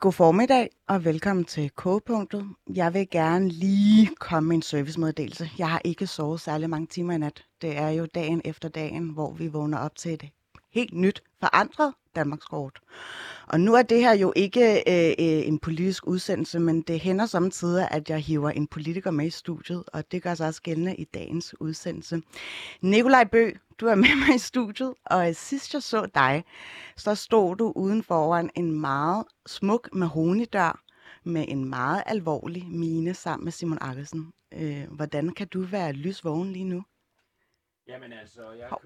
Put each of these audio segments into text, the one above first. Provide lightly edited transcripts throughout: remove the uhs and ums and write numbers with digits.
God formiddag og velkommen til Kogepunktet. Jeg vil gerne lige komme med en servicemeddelelse. Jeg har ikke sovet særlig mange timer i nat. Det er jo dagen efter dagen, hvor vi vågner op til et helt nyt, forandret Danmarkskort. Og nu er det her jo ikke en politisk udsendelse, men det hænder samtidig, at jeg hiver en politiker med i studiet, og det gør sig også gældende i dagens udsendelse. Nikolaj Bøgh, du er med mig i studiet, og sidst jeg så dig, så stod du uden foran en meget smuk mahognidør med en meget alvorlig mine sammen med Simon Akkelsen. Hvordan kan du være lysvågen lige nu? Jamen altså,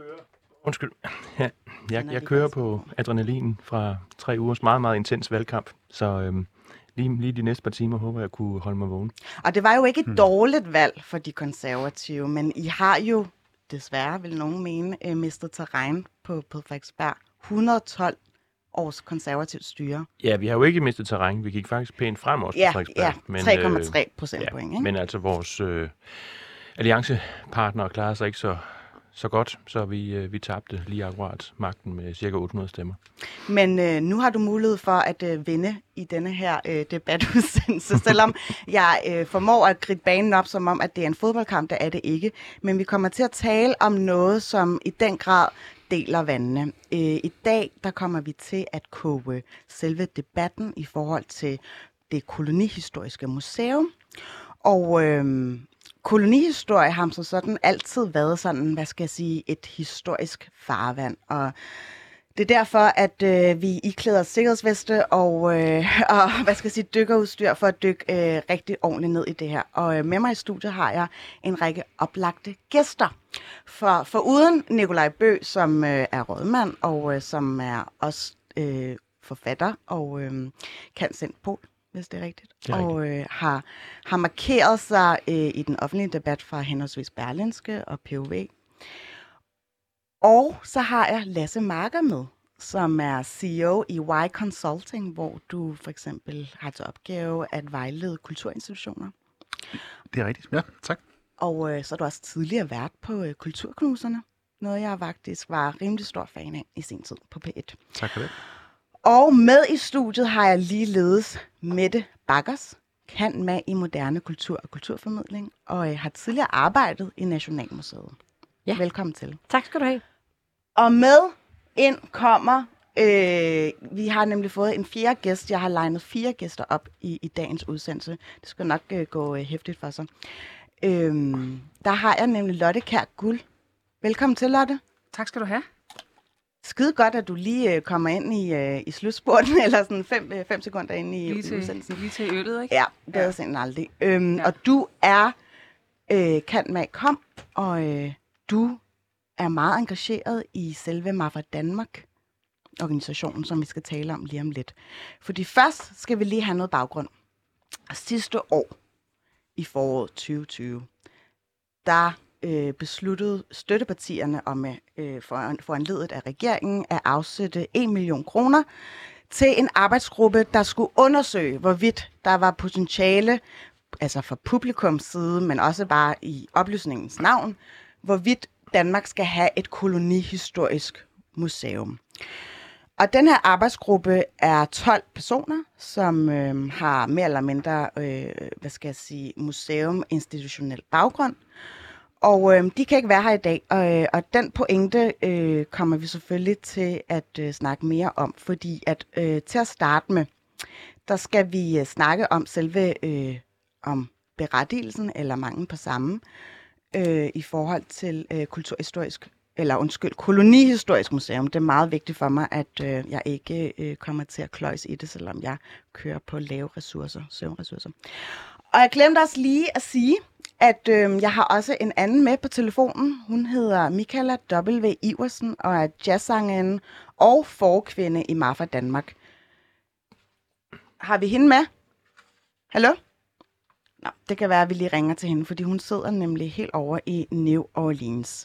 jeg kører på adrenalin fra 3 ugers meget, meget intens valgkamp, så lige de næste par timer håber jeg at kunne holde mig vågen. Og det var jo ikke et dårligt valg for de konservative, men I har jo desværre, vil nogen mene, mistet terræn på Frederiksberg. 112 års konservativt styre. Ja, vi har jo ikke mistet terræn. Vi gik faktisk pænt frem også på Frederiksberg. Ja, 3,3 procentpoint. Ikke? Men altså vores alliancepartnere klarede sig ikke så godt, så vi tabte lige akkurat magten med cirka 800 stemmer. Men nu har du mulighed for at vinde i denne her debatudsendelse, selvom jeg formår at gribe banen op, som om, at det er en fodboldkamp, det er det ikke. Men vi kommer til at tale om noget, som i den grad deler vandene. I dag, der kommer vi til at koge selve debatten i forhold til det kolonihistoriske museum. Og kolonihistorie har som sådan altid været sådan, et historisk farvand. Og det er derfor, at vi iklæder sikkerhedsveste og dykkerudstyr for at dykke rigtig ordentligt ned i det her. Og med mig i studiet har jeg en række oplagte gæster. For uden Nikolaj Bøgh, som er rådmand og som er også forfatter og kan sendt på, hvis det er rigtigt. Det er rigtigt. Og har markeret sig i den offentlige debat fra henholdsvis Berlingske og POV. Og så har jeg Lasse Marker med, som er CEO i Y Consulting, hvor du for eksempel har til opgave at vejlede kulturinstitutioner. Det er rigtigt, ja, tak. Og så er du også tidligere vært på Kulturknuserne, noget jeg faktisk var rimelig stor fan af i sin tid på P1. Tak for det. Og med i studiet har jeg ligeledes Mette Bakkers, kan med i moderne kultur og kulturformidling, og har tidligere arbejdet i Nationalmuseet. Ja. Velkommen til. Tak skal du have. Og med ind kommer, vi har nemlig fået en 4. gæst. Jeg har legnet 4 gæster op i dagens udsendelse. Det skal nok gå hæftigt for sig. Der har jeg nemlig Lotte Kjær Guld. Velkommen til, Lotte. Tak skal du have. Skide godt, at du lige kommer ind i slutspurten, eller sådan 5 sekunder ind i udsendelsen. Lige til øllet, ikke? Ja, det er sådan aldrig. Og du er Kan Mag Kom, og du er meget engageret i selve Mafra Danmark, organisationen, som vi skal tale om lige om lidt. Fordi først skal vi lige have noget baggrund. Sidste år, i foråret 2020, der besluttede støttepartierne om foranledet af regeringen at afsætte 1 million kroner til en arbejdsgruppe, der skulle undersøge, hvorvidt der var potentiale, altså fra publikums side, men også bare i oplysningens navn, hvorvidt Danmark skal have et kolonihistorisk museum. Og den her arbejdsgruppe er 12 personer, som har mere eller mindre, museum institutionel baggrund. Og de kan ikke være her i dag, og den pointe kommer vi selvfølgelig til at snakke mere om, fordi at til at starte med, der skal vi snakke om selve om berettigelsen eller manglen på samme i forhold til kolonihistorisk museum. Det er meget vigtigt for mig, at jeg ikke kommer til at kløjse i det, selvom jeg kører på lave ressourcer, søvnressourcer. Og jeg glemte også lige at sige, at jeg har også en anden med på telefonen. Hun hedder Michaela W. Iversen og er jazzsangerinde og forkvinde i Mafra Danmark. Har vi hende med? Hallo? Nå, det kan være, at vi lige ringer til hende, fordi hun sidder nemlig helt over i New Orleans.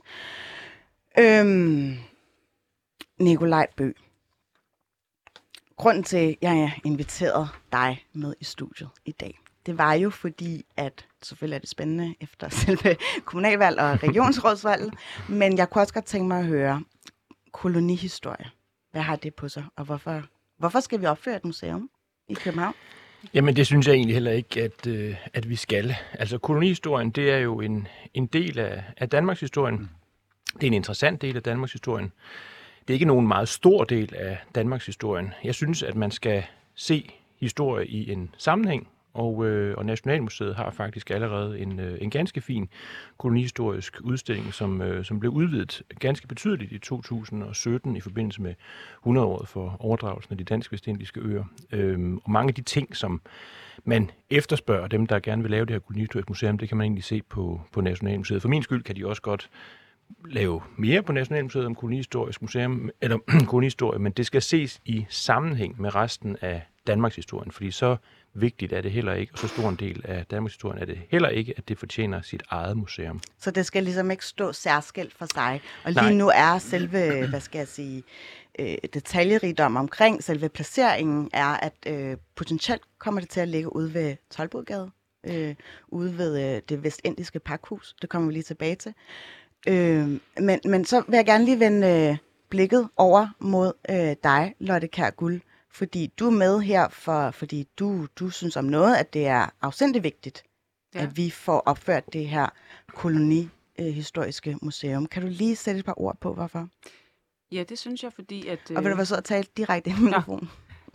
Nikolaj Bøgh. Grunden til, at jeg inviterede dig med i studiet i dag, det var jo fordi, at selvfølgelig er det spændende efter selve kommunalvalg og regionsrådsvalget, men jeg kunne også godt tænke mig at høre kolonihistorie. Hvad har det på sig, og hvorfor skal vi opføre et museum i København? Jamen, det synes jeg egentlig heller ikke, at vi skal. Altså, kolonihistorien, det er jo en del af Danmarks historien. Det er en interessant del af Danmarks historien. Det er ikke nogen meget stor del af Danmarks historien. Jeg synes, at man skal se historie i en sammenhæng, og Nationalmuseet har faktisk allerede en ganske fin kolonihistorisk udstilling, som blev udvidet ganske betydeligt i 2017 i forbindelse med 100-året for overdragelsen af de danske vestindiske øer. Og mange af de ting, som man efterspørger, dem der gerne vil lave det her kolonihistorisk museum, det kan man egentlig se på Nationalmuseet. For min skyld kan de også godt lave mere på Nationalmuseet om kolonihistorisk museum, eller kolonihistorie, men det skal ses i sammenhæng med resten af Danmarks historien, fordi så vigtigt er det heller ikke, og så stor en del af Danmarks historien er det heller ikke, at det fortjener sit eget museum. Så det skal ligesom ikke stå særskilt for sig. Og lige nu er selve, detaljerigdom omkring selve placeringen er, at potentielt kommer det til at ligge ude ved Toldbodgade, ude ved det vestindiske pakhus. Det kommer vi lige tilbage til. Men så vil jeg gerne lige vende blikket over mod dig, Lotte Kjær Guld, fordi du er med her, fordi du synes om noget, at det er afsindig vigtigt, at vi får opført det her kolonihistoriske museum. Kan du lige sætte et par ord på, hvorfor? Ja, det synes jeg, fordi at... Og vil du være så at tale direkte i mikrofonen?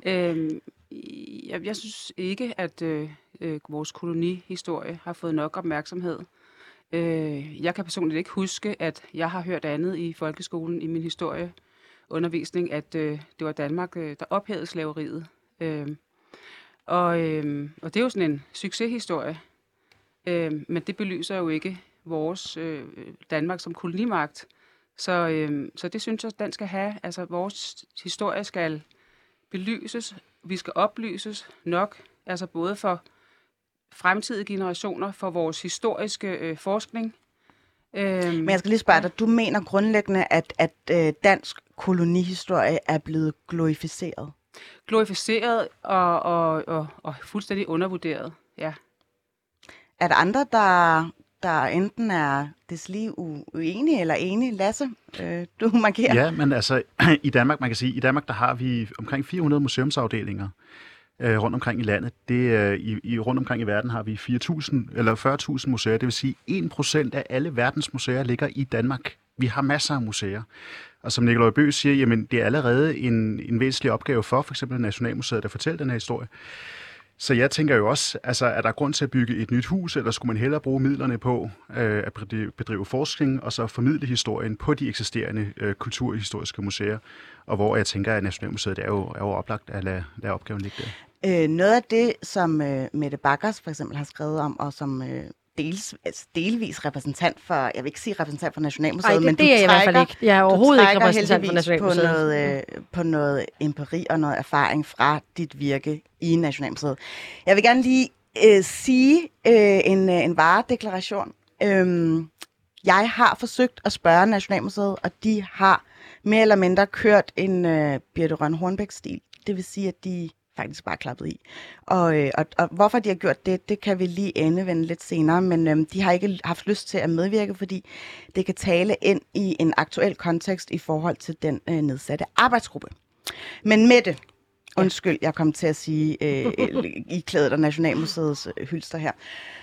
Jeg synes ikke, at vores kolonihistorie har fået nok opmærksomhed. Jeg kan personligt ikke huske, at jeg har hørt andet i folkeskolen i min historieundervisning, at det var Danmark, der ophævede slaveriet. Og det er jo sådan en succeshistorie, men det belyser jo ikke vores Danmark som kolonimagt. Så det synes jeg, den skal have. Altså, vores historie skal belyses, vi skal oplyses nok, altså både for fremtidige generationer, for vores historiske forskning. Men jeg skal lige spørge dig, du mener grundlæggende, at dansk kolonihistorie er blevet glorificeret? Glorificeret og fuldstændig undervurderet, ja. Er der andre, der enten er deslige uenige eller enige? Lasse, du markerer. Ja, men altså i Danmark, man kan sige, i Danmark der har vi omkring 400 museumsafdelinger rundt omkring i landet. Rundt omkring i verden har vi 4.000 eller 40.000 museer, det vil sige 1% af alle verdens museer ligger i Danmark. Vi har masser af museer. Og som Nicolai Bøgh siger, jamen det er allerede en væsentlig opgave for eksempel Nationalmuseet at fortælle den her historie. Så jeg tænker jo også, altså er der grund til at bygge et nyt hus, eller skulle man hellere bruge midlerne på at bedrive forskning, og så formidle historien på de eksisterende kulturhistoriske museer, og hvor jeg tænker, at Nationalmuseet er jo oplagt at lade opgaven ligge der. Noget af det, som Mette Backers for eksempel har skrevet om, og som delvis repræsentant for, jeg vil ikke sige repræsentant for Nationalmuseet, men det er jeg i hvert fald ikke. Jeg er overhovedet ikke repræsentant for Nationalmuseet. På noget empiri og noget erfaring fra dit virke i Nationalmuseet. Jeg vil gerne lige sige en varedeklaration. Jeg har forsøgt at spørge Nationalmuseet, og de har mere eller mindre kørt en Birthe Rønn Hornbech-stil. Det vil sige, at de faktisk bare klappet i. Og hvorfor de har gjort det kan vi lige endevende lidt senere, men de har ikke haft lyst til at medvirke, fordi det kan tale ind i en aktuel kontekst i forhold til den nedsatte arbejdsgruppe. Men Mette, undskyld, jeg kom til at sige i klædet af Nationalmuseets hylster her.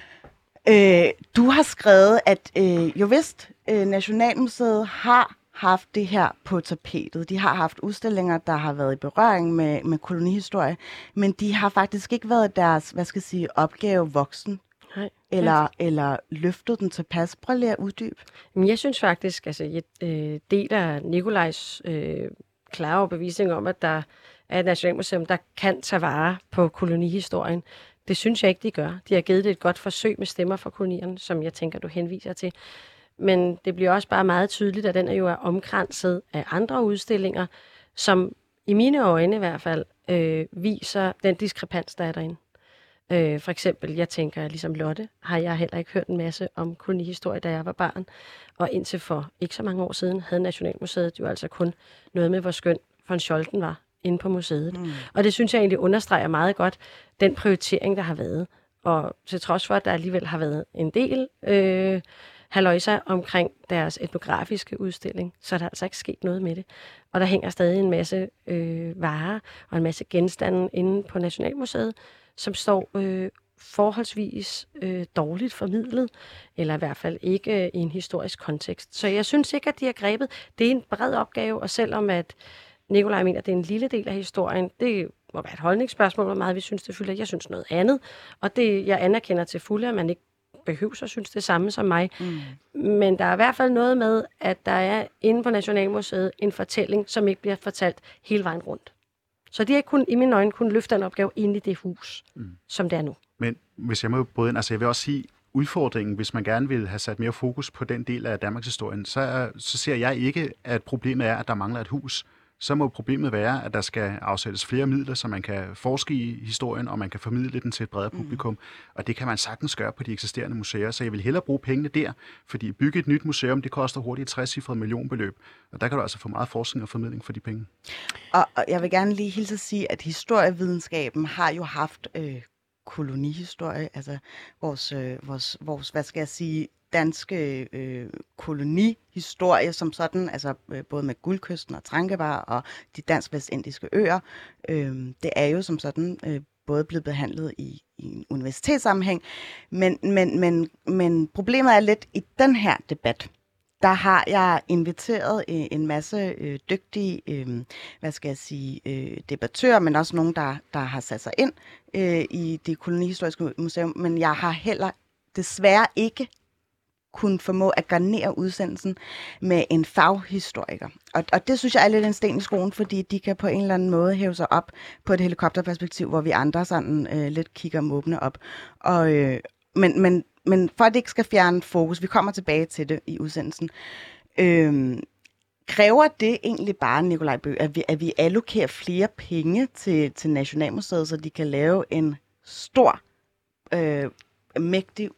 Du har skrevet, at jo vist, Nationalmuseet har haft det her på tapetet. De har haft udstillinger, der har været i berøring med kolonihistorie, men de har faktisk ikke været deres, opgave voksen. Nej. Eller løftet den tilpas. Prøv lige at uddybe. Men jeg synes faktisk, altså jeg deler Nicolajs klare overbevisning om, at der er et Nationalmuseum, der kan tage vare på kolonihistorien. Det synes jeg ikke, de gør. De har givet det et godt forsøg med stemmer for kolonierne, som jeg tænker, du henviser til. Men det bliver også bare meget tydeligt, at den jo er omkranset af andre udstillinger, som i mine øjne i hvert fald viser den diskrepans, der er derinde. For eksempel, jeg tænker, ligesom Lotte, har jeg heller ikke hørt en masse om kolonihistorie, da jeg var barn. Og indtil for ikke så mange år siden havde Nationalmuseet jo altså kun noget med, hvor skøn von Scholten var inde på museet. Og det synes jeg egentlig understreger meget godt den prioritering, der har været. Og til trods for, at der alligevel har været en del halløjsa omkring deres etnografiske udstilling, så er der altså ikke sket noget med det. Og der hænger stadig en masse varer og en masse genstande inde på Nationalmuseet, som står forholdsvis dårligt formidlet, eller i hvert fald ikke i en historisk kontekst. Så jeg synes ikke, at de har grebet. Det er en bred opgave, og selvom at Nikolaj mener, at det er en lille del af historien, det må være et holdningsspørgsmål, hvor meget vi synes, det fylder. Jeg synes noget andet, og det jeg anerkender til fulde, at man ikke behøver at synes det samme som mig. Men der er i hvert fald noget med, at der er inde på Nationalmuseet en fortælling, som ikke bliver fortalt hele vejen rundt. Så de har ikke i mine øjne kun løfte en opgave inde i det hus, som det er nu. Men hvis jeg må bryde ind, altså jeg vil også sige, udfordringen, hvis man gerne vil have sat mere fokus på den del af Danmarks historien, så ser jeg ikke, at problemet er, at der mangler et hus. Så må problemet være, at der skal afsættes flere midler, så man kan forske i historien, og man kan formidle den til et bredere publikum. Og det kan man sagtens gøre på de eksisterende museer, så jeg vil hellere bruge pengene der, fordi at bygge et nyt museum, det koster hurtigt 60-cifret millionbeløb, og der kan du altså få meget forskning og formidling for de penge. Og jeg vil gerne lige hilse at sige, at historievidenskaben har jo haft kolonihistorie, altså vores hvad skal jeg sige, danske kolonihistorie som sådan, altså både med Guldkysten og Trankebar og de dansk-vestindiske øer. Det er jo som sådan både blevet behandlet i en universitetssammenhæng, men problemet er lidt i den her debat. Der har jeg inviteret en masse dygtige, debattører, men også nogen, der har sat sig ind i det kolonihistoriske museum, men jeg har heller desværre ikke kunne formå at garnere udsendelsen med en faghistoriker. Og det synes jeg er lidt en sten i skoen, fordi de kan på en eller anden måde hæve sig op på et helikopterperspektiv, hvor vi andre sådan lidt kigger måbne op. Men for at det ikke skal fjerne fokus, vi kommer tilbage til det i udsendelsen, kræver det egentlig bare, Nikolaj Bøgh, at vi allokerer flere penge til Nationalmuseet, så de kan lave en stor mægtig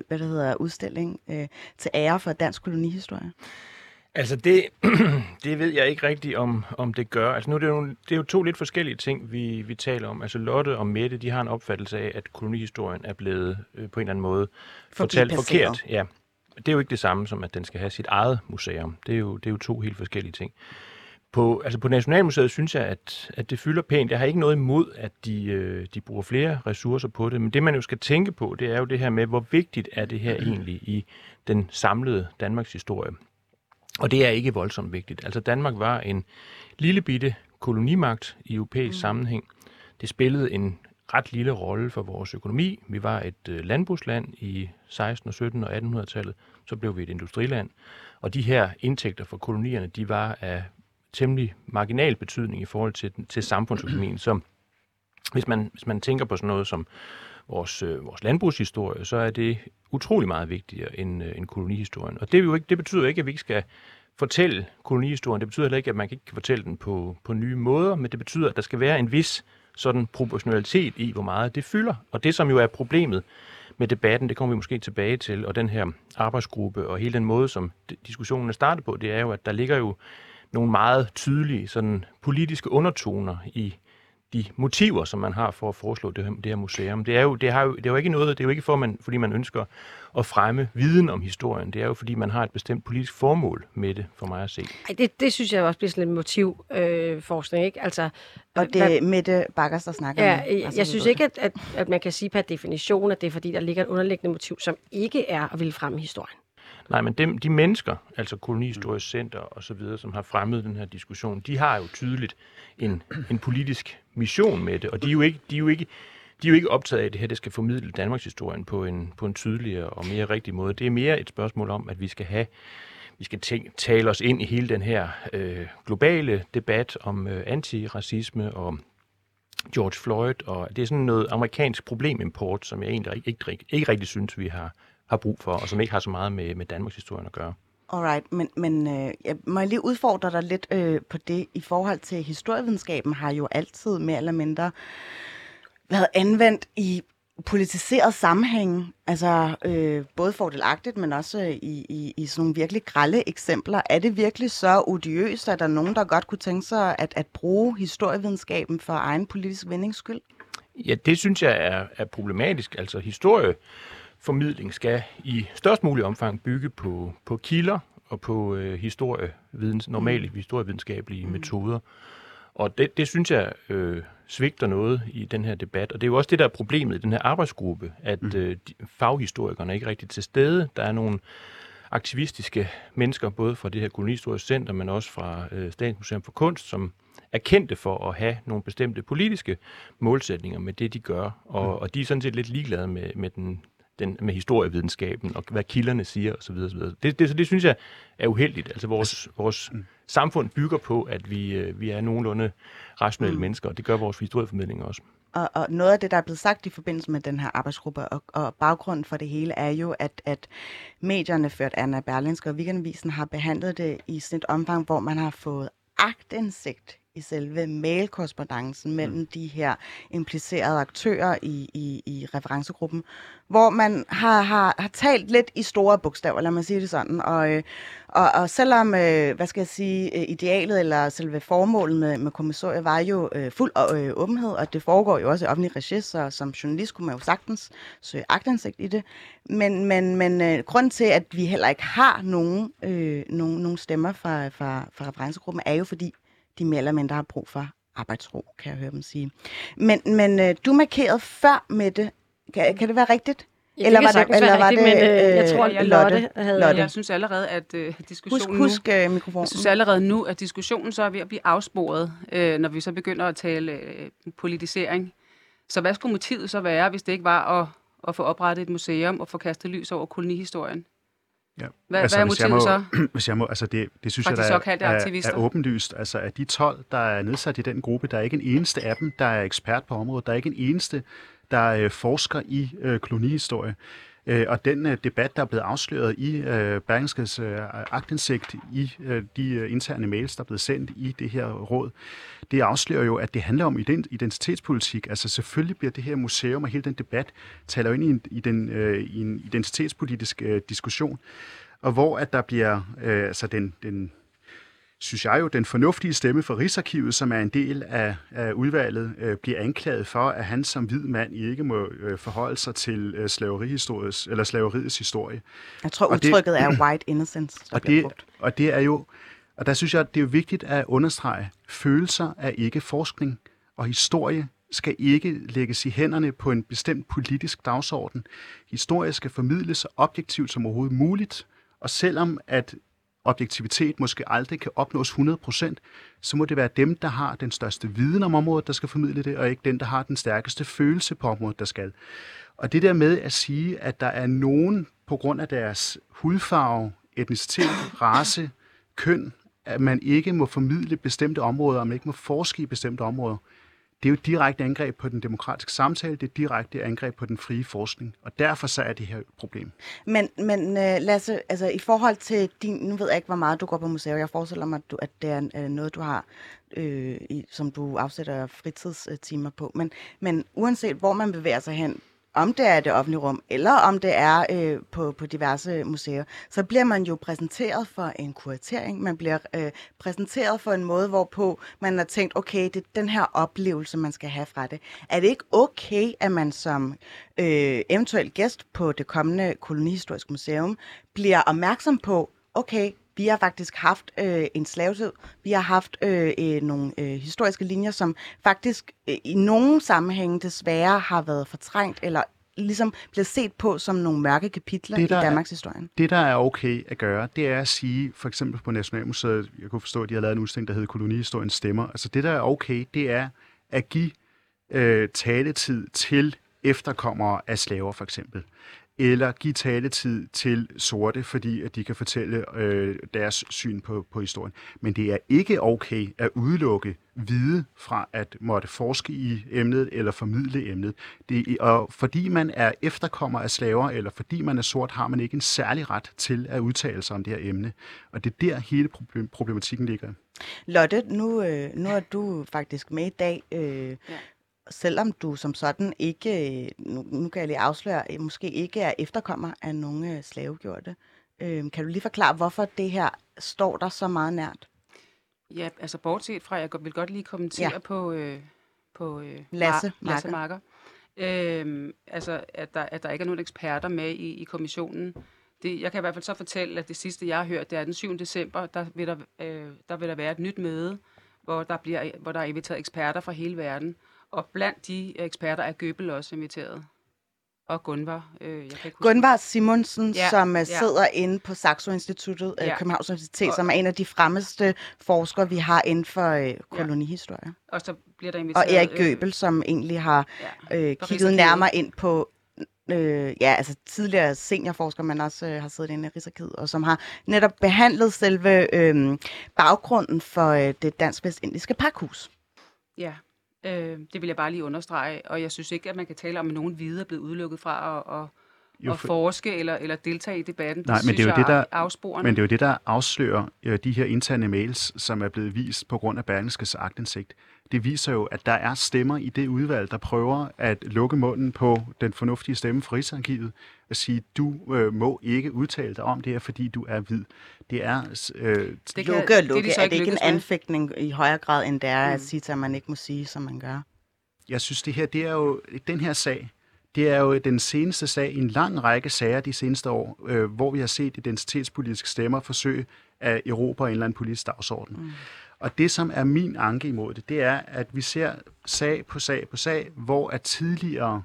udstilling til ære for dansk kolonihistorie? Altså det ved jeg ikke rigtigt, om det gør. Altså nu det er jo to lidt forskellige ting, vi taler om. Altså Lotte og Mette, de har en opfattelse af, at kolonihistorien er blevet på en eller anden måde fortalt forkert. Ja. Det er jo ikke det samme som, at den skal have sit eget museum. Det er jo to helt forskellige ting. På Nationalmuseet synes jeg, at det fylder pænt. Jeg har ikke noget imod, at de bruger flere ressourcer på det, men det man jo skal tænke på, det er jo det her med, hvor vigtigt er det her egentlig i den samlede Danmarks historie. Og det er ikke voldsomt vigtigt. Altså Danmark var en lille bitte kolonimagt i europæisk sammenhæng. Det spillede en ret lille rolle for vores økonomi. Vi var et landbrugsland i 16. og 17. og 1800-tallet. Så blev vi et industriland. Og de her indtægter fra kolonierne, de var af temmelig marginal betydning i forhold til samfundsøkonomien. Så hvis man tænker på sådan noget som vores landbrugshistorie, så er det utrolig meget vigtigere end kolonihistorien. Og det betyder ikke, at vi ikke skal fortælle kolonihistorien. Det betyder heller ikke, at man ikke kan fortælle den på nye måder, men det betyder, at der skal være en vis sådan proportionalitet i, hvor meget det fylder. Og det, som jo er problemet med debatten, det kommer vi måske tilbage til, og den her arbejdsgruppe og hele den måde, som diskussionen er startet på, det er jo, at der ligger jo nogle meget tydelige sådan politiske undertoner i de motiver, som man har for at foreslå det her museum. Det er jo ikke noget, det er jo ikke fordi man ønsker at fremme viden om historien. Det er jo fordi man har et bestemt politisk formål med det, for mig at se. Det synes jeg også bliver sådan en motivforskning, ikke? Altså, og det er Mette Bakkers, der snakker med. Jeg synes ikke, at man kan sige per definition, at det er fordi, der ligger et underliggende motiv, som ikke er at ville fremme historien. Nej, men de mennesker, altså Kolonihistorisk Center og så videre, som har fremmet den her diskussion, de har jo tydeligt en politisk mission med det, og de er jo ikke optaget af, at det her det skal formidle Danmarks historien på en tydeligere og mere rigtig måde. Det er mere et spørgsmål om, at vi skal tale os ind i hele den her globale debat om antiracisme og George Floyd, og det er sådan noget amerikansk problemimport, som jeg egentlig ikke rigtig synes, vi har brug for, og som ikke har så meget med Danmarks historien at gøre. Alright, men jeg må lige udfordre dig lidt på det i forhold til historievidenskaben har jo altid mere eller mindre været anvendt i politiseret sammenhæng, altså både fordelagtigt, men også i sådan nogle virkelig grelle eksempler. Er det virkelig så odiøst, at der er nogen, der godt kunne tænke sig at bruge historievidenskaben for egen politisk vindings skyld? Ja, det synes jeg er problematisk. Altså formidling skal i størst mulig omfang bygge på kilder og på normale historievidenskabelige metoder. Og det synes jeg svigter noget i den her debat. Og det er jo også det, der er problemet i den her arbejdsgruppe, at faghistorikerne er ikke rigtig til stede. Der er nogle aktivistiske mennesker, både fra det her kolonihistoriske center, men også fra Statens Museum for Kunst, som er kendte for at have nogle bestemte politiske målsætninger med det, de gør. Og de er sådan set lidt ligeglade med historievidenskaben og hvad kilderne siger osv. Det synes jeg er uheldigt. Altså vores samfund bygger på, at vi er nogenlunde rationelle mennesker, og det gør vores historieformidling også. Og noget af det, der er blevet sagt i forbindelse med den her arbejdsgruppe, og baggrunden for det hele, er jo, at medierne ført Anna Berlingske og Weekendavisen har behandlet det i sådan et omfang, hvor man har fået aktindsigt i selve mailkorrespondancen mellem de her implicerede aktører i referencegruppen, hvor man har talt lidt i store bogstaver, lad mig sige det sådan. Og selvom, idealet eller selve formålet med kommissoriet var jo fuld åbenhed, og det foregår jo også i offentlig regi, så som journalist kunne man jo sagtens søge aktindsigt i det. Men grund til, at vi heller ikke har nogen stemmer fra referencegruppen, er jo fordi, de mere eller mindre har brug for arbejdsro, kan jeg høre dem sige. Men du markerede før med det. Kan det være rigtigt? Ja, eller var det, men jeg tror, Lotte havde... Lotte. Jeg synes allerede, at diskussionen Husk mikrofonen. Jeg synes allerede nu, at diskussionen så er ved at blive afsporet, når vi så begynder at tale politisering. Så hvad skulle motivet så være, hvis det ikke var at få oprettet et museum og få kastet lys over kolonihistorien? Ja. Hvad er motivet så? Hvis jeg må, altså det synes jeg, der er åbenlyst. Altså af de 12, der er nedsat i den gruppe, der er ikke en eneste af dem, der er ekspert på området. Der er ikke en eneste, der forsker i kolonihistorie. Og den debat, der er blevet afsløret i Berlingskes aktindsigt i de interne mails, der er blevet sendt i det her råd, det afslører jo, at det handler om identitetspolitik. Altså selvfølgelig bliver det her museum og hele den debat taler ind i en identitetspolitisk diskussion, og hvor at der bliver synes jeg jo, den fornuftige stemme for Rigsarkivet, som er en del af udvalget, bliver anklaget for, at han som hvid mand ikke må forholde sig til slaveriets historie. Jeg tror, udtrykket er white innocence, der bliver brugt. Og der synes jeg, at det er vigtigt at understrege, følelser er ikke forskning, og historie skal ikke lægges i hænderne på en bestemt politisk dagsorden. Historie skal formidles så objektivt som overhovedet muligt, og selvom at objektivitet måske aldrig kan opnås 100%, så må det være dem, der har den største viden om området, der skal formidle det, og ikke den, der har den stærkeste følelse på området, der skal. Og det der med at sige, at der er nogen på grund af deres hudfarve, etnicitet, race, køn, at man ikke må formidle bestemte områder, og man ikke må forske i bestemte områder, det er jo et direkte angreb på den demokratiske samtale, det er et direkte angreb på den frie forskning, og derfor så er det her et problem. Men Lasse, altså i forhold til nu ved jeg ikke, hvor meget du går på museer, jeg forestiller mig, at det er noget, du har, som du afsætter fritidstimer på, men uanset hvor man bevæger sig hen, om det er det offentlige rum, eller om det er på diverse museer, så bliver man jo præsenteret for en kuratering. Man bliver præsenteret for en måde, hvorpå man har tænkt, okay, det er den her oplevelse, man skal have fra det. Er det ikke okay, at man som eventuel gæst på det kommende kolonihistoriske museum bliver opmærksom på, okay, vi har faktisk haft en slavetid. Vi har haft nogle historiske linjer, som faktisk i nogle sammenhænge desværre har været fortrængt, eller ligesom blevet set på som nogle mørke kapitler i Danmarks historien. Det, der er okay at gøre, det er at sige, for eksempel på Nationalmuseet, jeg kunne forstå, at de har lavet en udstilling, der hedder Kolonihistoriens stemmer. Altså det, der er okay, det er at give taletid til efterkommere af slaver, for eksempel. Eller give taletid til sorte, fordi at de kan fortælle deres syn på historien. Men det er ikke okay at udelukke hvide fra at måtte forske i emnet eller formidle emnet. Og fordi man er efterkommer af slaver, eller fordi man er sort, har man ikke en særlig ret til at udtale sig om det her emne. Og det er der hele problematikken ligger. Lotte, nu er du faktisk med i dag. Selvom du som sådan ikke, nu kan jeg lige afsløre, måske ikke er efterkommer af nogle slavegjorte. Kan du lige forklare, hvorfor det her står der så meget nært? Ja, altså bortset fra, jeg vil godt lige kommentere på Lasse Marker. Altså, at der ikke er nogen eksperter med i kommissionen. Jeg kan i hvert fald så fortælle, at det sidste, jeg har hørt, det er den 7. december, der vil der være et nyt møde, hvor der er inviteret eksperter fra hele verden. Og blandt de eksperter er Goebbels også inviteret. Og Gunvar. Gunvar Simonsen, som sidder inde på Saxo Instituttet, Københavns Universitet, som er en af de fremmeste forskere, vi har inden for kolonihistorie. Og så bliver der inviteret... Og Erik Goebbels, som egentlig har kigget nærmere ind på tidligere seniorforsker, man også har siddet inde i Rigsarkivet, og som har netop behandlet selve baggrunden for det dansk-vestindiske pakhus. Ja. Det vil jeg bare lige understrege, og jeg synes ikke, at man kan tale om, at nogen hvide er blevet udelukket fra at forske eller deltage i debatten. Nej, men det er jo det, der afsporende. Men det er jo det, der afslører de her interne mails, som er blevet vist på grund af Berlingskes aktindsigt. Det viser jo, at der er stemmer i det udvalg, der prøver at lukke munden på den fornuftige stemme fra Rigsarkivet og sige, du må ikke udtale dig om det her, fordi du er hvid. Det er lukke. Er det ikke en anfægtning i højere grad, end det er at sige, at man ikke må sige, som man gør? Jeg synes, det er jo den her sag. Det er jo den seneste sag i en lang række sager de seneste år, hvor vi har set identitetspolitiske stemmer forsøge at erobre en eller anden politisk dagsorden. Og det, som er min anke imod det er, at vi ser sag på sag, hvor at tidligere,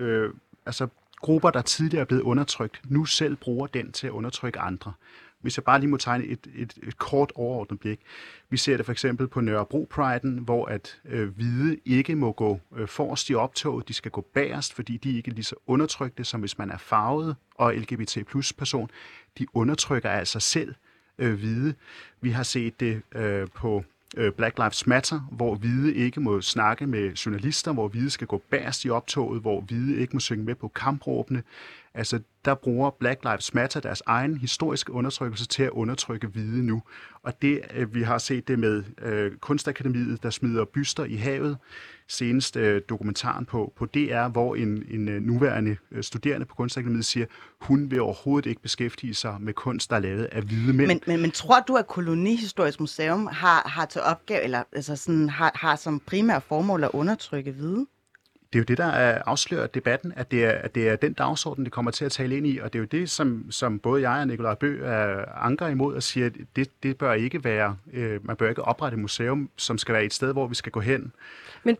grupper, der tidligere er blevet undertrykt, nu selv bruger den til at undertrykke andre. Hvis jeg bare lige må tegne et kort overordnet blik. Vi ser det for eksempel på Nørrebro-priden, hvor at hvide ikke må gå forrest i optoget. De skal gå bagerst, fordi de ikke er lige så undertrykte, som hvis man er farvet og LGBT plus person. De undertrykker altså selv hvide. Vi har set det på Black Lives Matter, hvor hvide ikke må snakke med journalister, hvor hvide skal gå bagerst i optoget, hvor hvide ikke må synge med på kampråbene. Altså, der bruger Black Lives Matter deres egen historiske undertrykkelse til at undertrykke hvide nu. Og det, vi har set det med Kunstakademiet, der smider byster i havet. Senest dokumentaren på DR, hvor en nuværende studerende på Kunstakademiet siger, hun vil overhovedet ikke beskæftige sig med kunst, der er lavet af hvide mænd. Men tror du, at Kolonihistorisk Museum har til opgave, eller altså sådan, har som primær formål at undertrykke hvide? Det er jo det, der afslører debatten, at det er den dagsorden, det kommer til at tale ind i, og det er jo det, som både jeg og Nikolaj Bø anker imod og siger, at det bør ikke være, man bør ikke oprette et museum, som skal være et sted, hvor vi skal gå hen. Men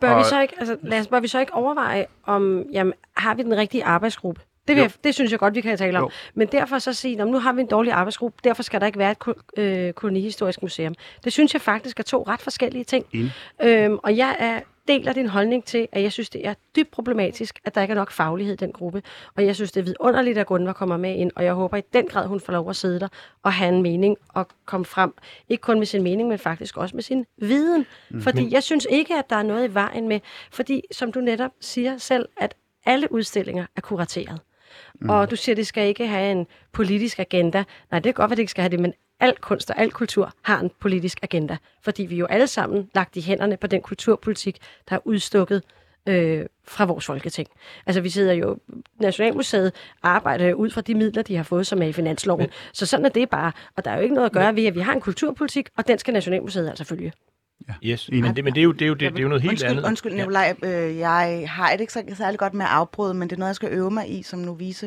bør vi så ikke overveje, om har vi den rigtige arbejdsgruppe? Det synes jeg godt, vi kan tale om. Jo. Men derfor så sige, nu har vi en dårlig arbejdsgruppe, derfor skal der ikke være et kolonihistorisk museum. Det synes jeg faktisk er to ret forskellige ting. Og jeg deler din holdning til, at jeg synes, det er dybt problematisk, at der ikke er nok faglighed i den gruppe. Og jeg synes, det er vidunderligt, at Gunvar kommer med ind, og jeg håber i den grad, hun får lov at sidde der og have en mening og komme frem. Ikke kun med sin mening, men faktisk også med sin viden. Fordi jeg synes ikke, at der er noget i vejen med, fordi som du netop siger selv, at alle udstillinger er kurateret. Og du siger, at det skal ikke have en politisk agenda. Nej, det er godt, at det ikke skal have det, men al kunst og al kultur har en politisk agenda. Fordi vi jo alle sammen lagt i hænderne på den kulturpolitik, der er udstukket fra vores Folketing. Altså vi sidder jo, Nationalmuseet arbejder ud fra de midler, de har fået, som er i finansloven. Så sådan er det bare. Og der er jo ikke noget at gøre ved, at vi har en kulturpolitik, og den skal Nationalmuseet altså følge. Ja. Yes, men det er jo noget helt andet. Undskyld, Nikolaj, jeg har det ikke særlig godt med at afbryde, men det er noget, jeg skal øve mig i som novise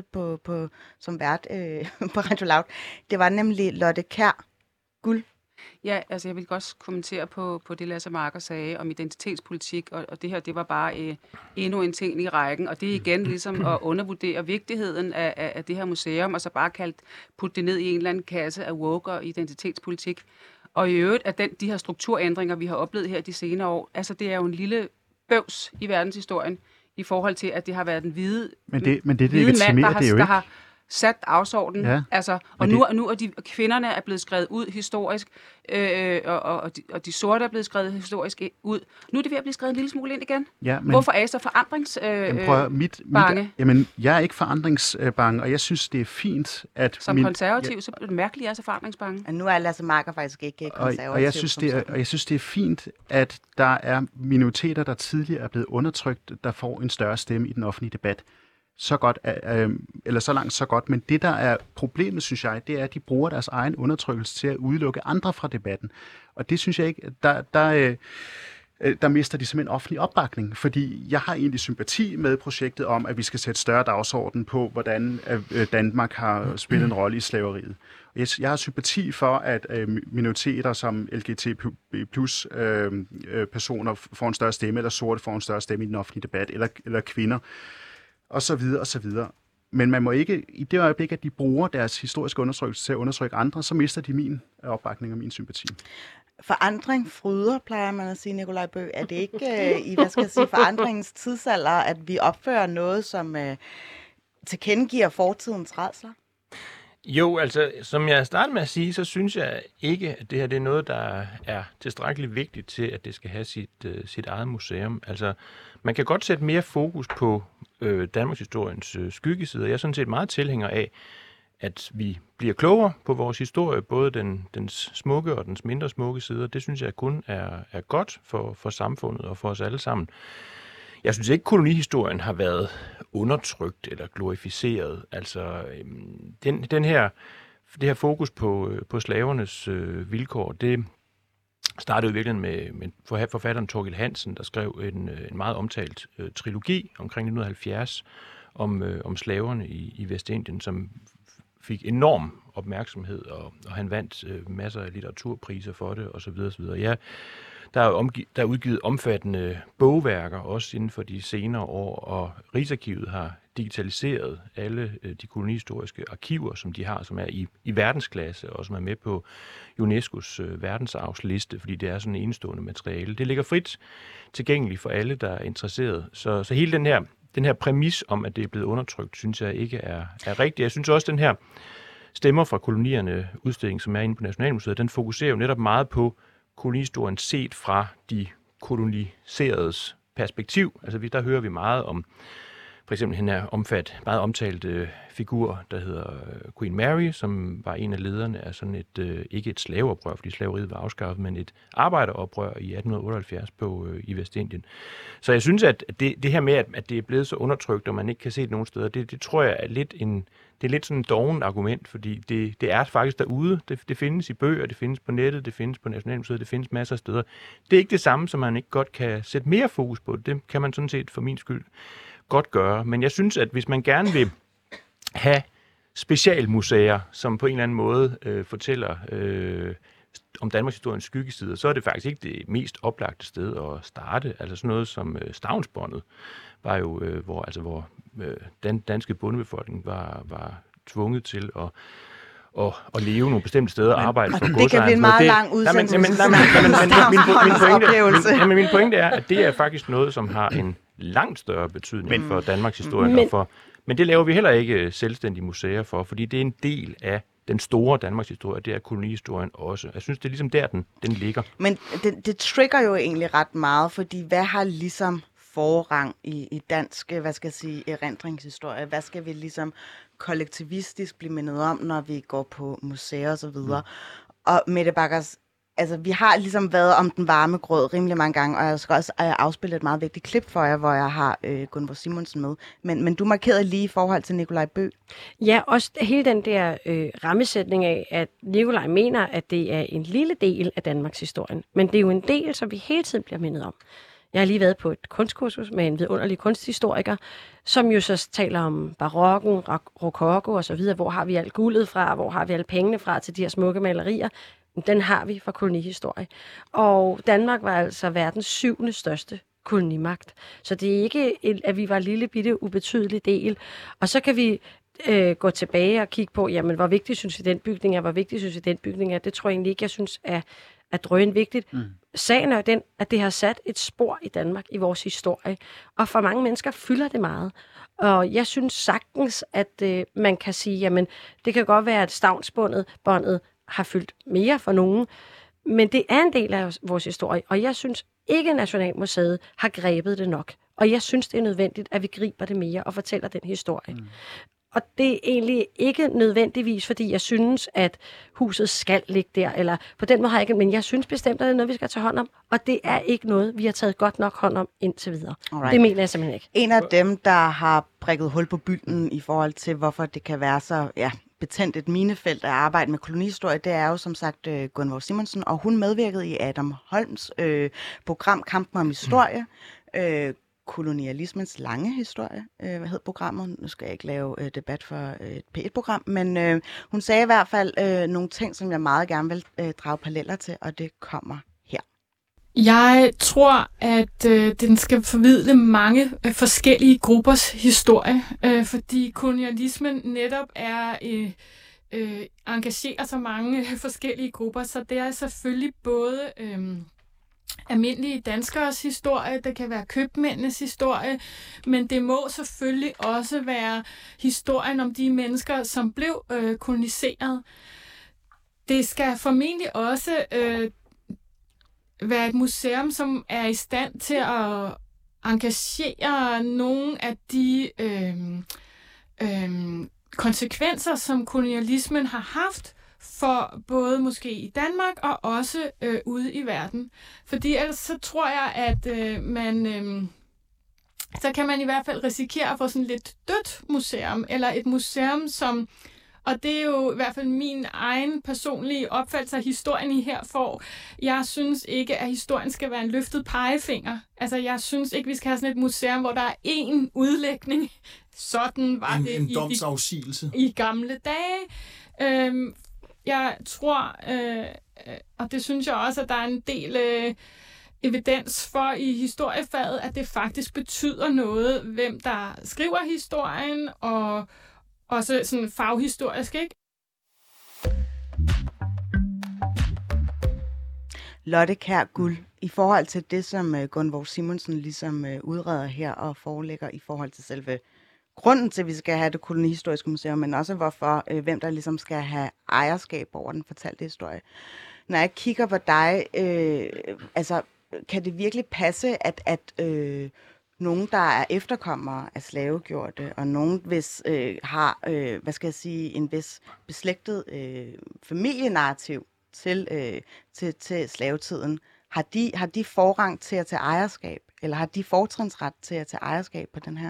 som vært på Radio Loud. Det var nemlig Lotte Kjær Guld. Ja, altså jeg vil også kommentere på det, Lasse Marker sagde om identitetspolitik, og det her, det var bare endnu en ting i rækken, og det er igen ligesom at undervurdere vigtigheden af det her museum, og så bare putte det ned i en eller anden kasse af woke og identitetspolitik. Og i øvrigt, at de her strukturændringer, vi har oplevet her de senere år, altså det er jo en lille bøvs i verdenshistorien, i forhold til, at det har været den hvide hvide mand, der har sat dagsordenen. Ja, altså, og nu er kvinderne er blevet skrevet ud historisk, og de sorte er blevet skrevet historisk ud. Nu er det ved at blive skrevet en lille smule ind igen. Ja, men, hvorfor er I så forandringsbange? Jamen, jeg er ikke forandringsbange, og jeg synes, det er fint, at... Som konservativ, så er det mærkeligt, at jeg er så forandringsbange. Og nu er Lasse Marker faktisk ikke konservativ. Og jeg synes, det er fint, at der er minoriteter, der tidligere er blevet undertrykt, der får en større stemme i den offentlige debat. Så godt, eller så langt, så godt. Men det, der er problemet, synes jeg, det er, at de bruger deres egen undertrykkelse til at udelukke andre fra debatten. Og det synes jeg ikke, der mister de simpelthen offentlig opbakning, fordi jeg har egentlig sympati med projektet om, at vi skal sætte større dagsorden på, hvordan Danmark har spillet en rolle i slaveriet. Jeg har sympati for, at minoriteter som LGBT plus personer får en større stemme, eller sorte får en større stemme i den offentlige debat, eller kvinder, og så videre, og så videre. Men man må ikke, i det øjeblik, at de bruger deres historiske undertrykkelse til at undertrykke andre, så mister de min opbakning og min sympati. Forandring fryder, plejer man at sige, Nikolaj Bøgh. Er det ikke i, forandringens tidsalder, at vi opfører noget, som tilkendegiver fortidens rædsler? Jo, altså, som jeg startede med at sige, så synes jeg ikke, at det her det er noget, der er tilstrækkeligt vigtigt til, at det skal have sit eget museum. Altså, man kan godt sætte mere fokus på Danmarks historiens skyggesider. Jeg er sådan set meget tilhænger af, at vi bliver klogere på vores historie, både dens smukke og dens mindre smukke sider. Det synes jeg kun er godt for samfundet og for os alle sammen. Jeg synes ikke, kolonihistorien har været undertrykt eller glorificeret. Altså, det her fokus på slavernes vilkår, det startede i virkeligheden med forfatteren Thorkild Hansen, der skrev en meget omtalt trilogi omkring 1970 om slaverne i Vestindien, som fik enorm opmærksomhed, og han vandt masser af litteraturpriser for det, osv. osv. Ja, der er udgivet omfattende bogværker, også inden for de senere år, og Rigsarkivet har digitaliseret alle de kolonihistoriske arkiver, som de har, som er i verdensklasse, og som er med på UNESCO's verdensarvsliste, fordi det er sådan en enestående materiale. Det ligger frit tilgængeligt for alle, der er interesseret. Så hele den her præmis om, at det er blevet undertrykt, synes jeg ikke er rigtig. Jeg synes også, den her Stemmer fra kolonierne udstilling, som er inde på Nationalmuseet, den fokuserer jo netop meget på kolonihistorien set fra de koloniseredes perspektiv. Altså der hører vi meget om for eksempel den her meget omtalte figur, der hedder Queen Mary, som var en af lederne af sådan ikke et slaveoprør, fordi slaveriet var afskaffet, men et arbejderoprør i 1878 i Vestindien. Så jeg synes, at det her med, at det er blevet så undertrykt, og man ikke kan se det nogen steder, det tror jeg er lidt det er lidt sådan et dovent argument, fordi det er faktisk derude. Det findes i bøger, det findes på nettet, det findes på Nationalmuseet, det findes masser af steder. Det er ikke det samme, som man ikke godt kan sætte mere fokus på. Det kan man sådan set for min skyld godt gøre. Men jeg synes, at hvis man gerne vil have specialmuseer, som på en eller anden måde fortæller om Danmarks historiens skyggesider, så er det faktisk ikke det mest oplagte sted at starte. Altså sådan noget som Stavnsbåndet var jo, hvor den danske bondebefolkning var tvunget til at leve nogle bestemte steder og arbejde for godsejerne. Det kan blive en meget lang udsendelse. Men min pointe er, at det er faktisk noget, som har en langt større betydning for Danmarks historie. Men det laver vi heller ikke selvstændige museer for, fordi det er en del af den store Danmarks historie, det er kolonihistorien også. Jeg synes, det er ligesom der, den ligger. Men det trigger jo egentlig ret meget, fordi hvad har ligesom forrang i dansk, erindringshistorie? Hvad skal vi ligesom kollektivistisk blive mindet om, når vi går på museer og så videre? Og Mette Backers, altså vi har ligesom været om den varme grød rimelig mange gange, og jeg skal også afspille et meget vigtigt klip for jer, hvor jeg har Gunvor Simonsen med. Men du markerede lige i forhold til Nikolaj Bøgh. Ja, også hele den der rammesætning af, at Nikolaj mener, at det er en lille del af Danmarks historien. Men det er jo en del, som vi hele tiden bliver mindet om. Jeg har lige været på et kunstkursus med en vidunderlig kunsthistoriker, som jo så taler om barokken, rokoko og så videre. Hvor har vi alt guldet fra? Hvor har vi alle pengene fra til de her smukke malerier? Den har vi fra kolonihistorie. Og Danmark var altså verdens 7. største kolonimagt. Så det er ikke, at vi var en lille bitte ubetydelig del. Og så kan vi gå tilbage og kigge på, jamen, hvor vigtigt synes vi den bygning er, hvor vigtigt synes vi den bygning er. Det tror jeg egentlig ikke, jeg synes er drøn vigtigt. Sagen er jo den, at det har sat et spor i Danmark, i vores historie. Og for mange mennesker fylder det meget. Og jeg synes sagtens, at man kan sige, jamen, det kan godt være, at stavnsbåndet har fyldt mere for nogen, men det er en del af vores historie, og jeg synes ikke, at Nationalmuseet har grebet det nok. Og jeg synes, det er nødvendigt, at vi griber det mere og fortæller den historie. Og det er egentlig ikke nødvendigvis, fordi jeg synes, at huset skal ligge der, eller på den måde har jeg ikke, men jeg synes bestemt, at det er noget, vi skal tage hånd om, og det er ikke noget, vi har taget godt nok hånd om indtil videre. Alright. Det mener jeg simpelthen ikke. En af dem, der har prikket hul på bylden i forhold til, hvorfor det kan være så betændt et minefelt at arbejde med kolonihistorie, det er jo som sagt Gunvor Simonsen, og hun medvirkede i Adam Holms program Kampen om historie, kolonialismens lange historie, hvad hed programmet? Nu skal jeg ikke lave debat for et P1-program, men hun sagde i hvert fald nogle ting, som jeg meget gerne vil drage paralleller til, og det kommer her. Jeg tror, at den skal formidle mange forskellige gruppers historie, fordi kolonialismen netop er engagerer så mange forskellige grupper, så det er selvfølgelig både almindelige danskers historie, det kan være købmændenes historie, men det må selvfølgelig også være historien om de mennesker, som blev koloniseret. Det skal formentlig også være et museum, som er i stand til at engagere nogle af de konsekvenser, som kolonialismen har haft for både måske i Danmark og også ude i verden. Fordi ellers så tror jeg, at så kan man i hvert fald risikere at få sådan et lidt dødt museum, eller et museum, som, og det er jo i hvert fald min egen personlige opfattelse af historien i her får. Jeg synes ikke, at historien skal være en løftet pegefinger. Altså, jeg synes ikke, vi skal have sådan et museum, hvor der er én udlægning. Sådan var det en domsafsigelse i gamle dage. Jeg tror, og det synes jeg også, at der er en del evidens for i historiefaget, at det faktisk betyder noget, hvem der skriver historien, og også sådan faghistorisk, ikke? Lotte Kjær Guld, i forhold til det, som Gunvor Simonsen ligesom udreder her og forelægger i forhold til selve grunden til, at vi skal have det kolonihistoriske museum, men også hvorfor, hvem der ligesom skal have ejerskab over den fortalte historie. Når jeg kigger på dig, altså, kan det virkelig passe, at nogen, der er efterkommere af slavegjorte, og nogen, hvis har, hvad skal jeg sige, en vis beslægtet familienarrativ til slavetiden, har de forrang til at tage ejerskab, eller har de fortrinsret til at tage ejerskab på den her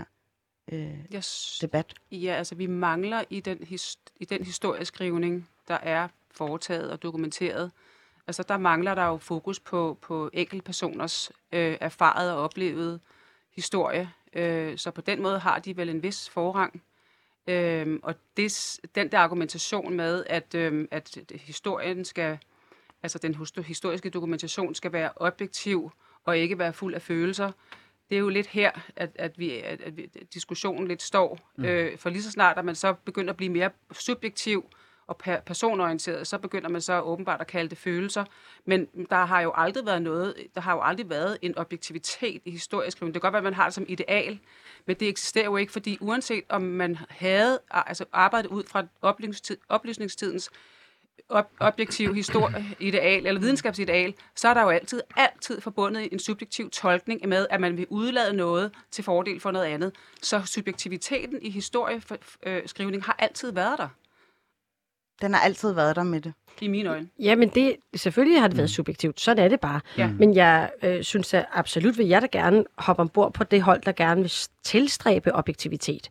debat? Ja, altså vi mangler i den historieskrivning, der er foretaget og dokumenteret. Altså der mangler der jo fokus på enkeltpersoners erfaret og oplevet historie. Så på den måde har de vel en vis forrang. Og den der argumentation med, at historien skal, altså den historiske dokumentation skal være objektiv og ikke være fuld af følelser, det er jo lidt her, at diskussionen lidt står. For lige så snart, at man så begynder at blive mere subjektiv og personorienteret, så begynder man så åbenbart at kalde det følelser. Men der har jo aldrig været en objektivitet i historieskrivning. Det kan godt være, at man har det som ideal, men det eksisterer jo ikke, fordi uanset om man havde arbejdet ud fra oplysningstidens objektiv historieideal eller videnskabsideal, så er der jo altid forbundet en subjektiv tolkning med, at man vil udlade noget til fordel for noget andet. Så subjektiviteten i historieskrivning har altid været der. Den har altid været der med det. I mine øjne. Ja, men selvfølgelig har det været subjektivt. Sådan er det bare. Ja. Men jeg synes at absolut vil jeg da gerne hoppe ombord på det hold, der gerne vil tilstræbe objektivitet.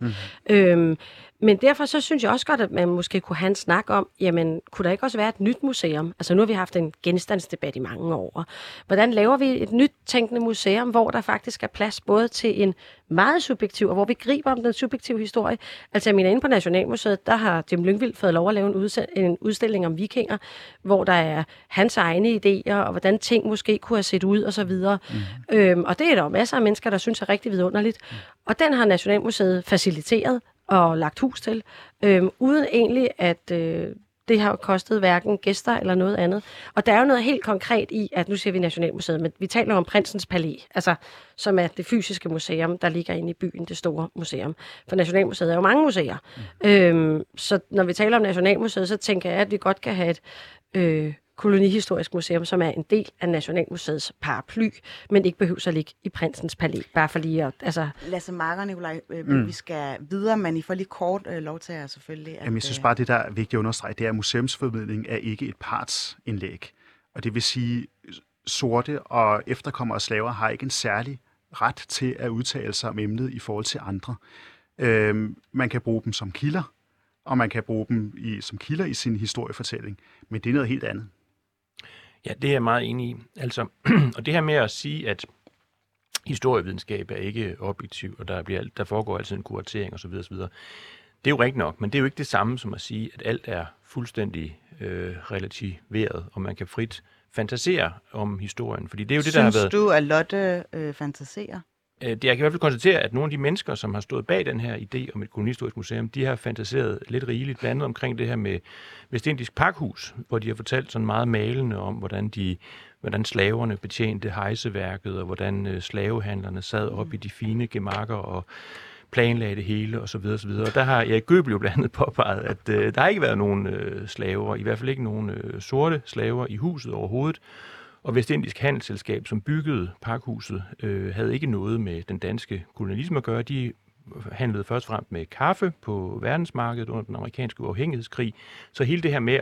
Men derfor så synes jeg også godt, at man måske kunne have en snak om, jamen, kunne der ikke også være et nyt museum? Altså nu har vi haft en genstandsdebat i mange år. Hvordan laver vi et nyt tænkende museum, hvor der faktisk er plads både til en meget subjektiv, og hvor vi griber om den subjektive historie? Altså jeg mener, inde på Nationalmuseet, der har Jim Lyngvild fået lov at lave en udstilling om vikinger, hvor der er hans egne idéer, og hvordan ting måske kunne have set ud, og så videre. Og det er der jo masser af mennesker, der synes er rigtig vidunderligt. Og den har Nationalmuseet faciliteret og lagt hus til, uden egentlig, at det har kostet hverken gæster eller noget andet. Og der er jo noget helt konkret i, at nu siger vi Nationalmuseet, men vi taler om Prinsens Palæ, altså, som er det fysiske museum, der ligger inde i byen, det store museum. For Nationalmuseet er jo mange museer. Så når vi taler om Nationalmuseet, så tænker jeg, at vi godt kan have et kolonihistorisk museum, som er en del af Nationalmuseets paraply, men ikke behøver at ligge i Prinsens Palæ. Bare for lige at... Altså... Lasse Marker, Nikolaj, vi skal videre, men I får lige kort lov til at selvfølgelig... Jamen, jeg synes bare, det der er vigtigt at understrege, det er, at museumsformidling er ikke et partsindlæg. Og det vil sige, sorte og efterkommere og slaver har ikke en særlig ret til at udtale sig om emnet i forhold til andre. Man kan bruge dem som kilder, og man kan bruge dem som kilder i sin historiefortælling. Men det er noget helt andet. Ja, det er jeg meget enig i. Altså, og det her med at sige, at historievidenskab er ikke objektiv, og der foregår altid en kuratering osv., osv., det er jo rigtigt nok, men det er jo ikke det samme som at sige, at alt er fuldstændig relativeret, og man kan frit fantasere om historien. Fordi det er jo det, der har været... Synes du, at Lotte fantaserer? Jeg kan i hvert fald konstatere, at nogle af de mennesker, som har stået bag den her idé om et kolonihistorisk museum, de har fantaseret lidt rigeligt, blandt andet omkring det her med Vestindisk Pakhus, hvor de har fortalt sådan meget malende om, hvordan slaverne betjente hejseværket, og hvordan slavehandlerne sad op i de fine gemakker og planlagde det hele, og så videre, så videre. Og der har Erik Gøbel jo blandt andet påpeget, at der har ikke været nogen slaver, i hvert fald ikke nogen sorte slaver i huset overhovedet. Og Vestindisk Handelsselskab, som byggede Pakhuset, havde ikke noget med den danske kolonialisme at gøre. De handlede først og fremmest med kaffe på verdensmarkedet under den amerikanske uafhængighedskrig. Så hele det her med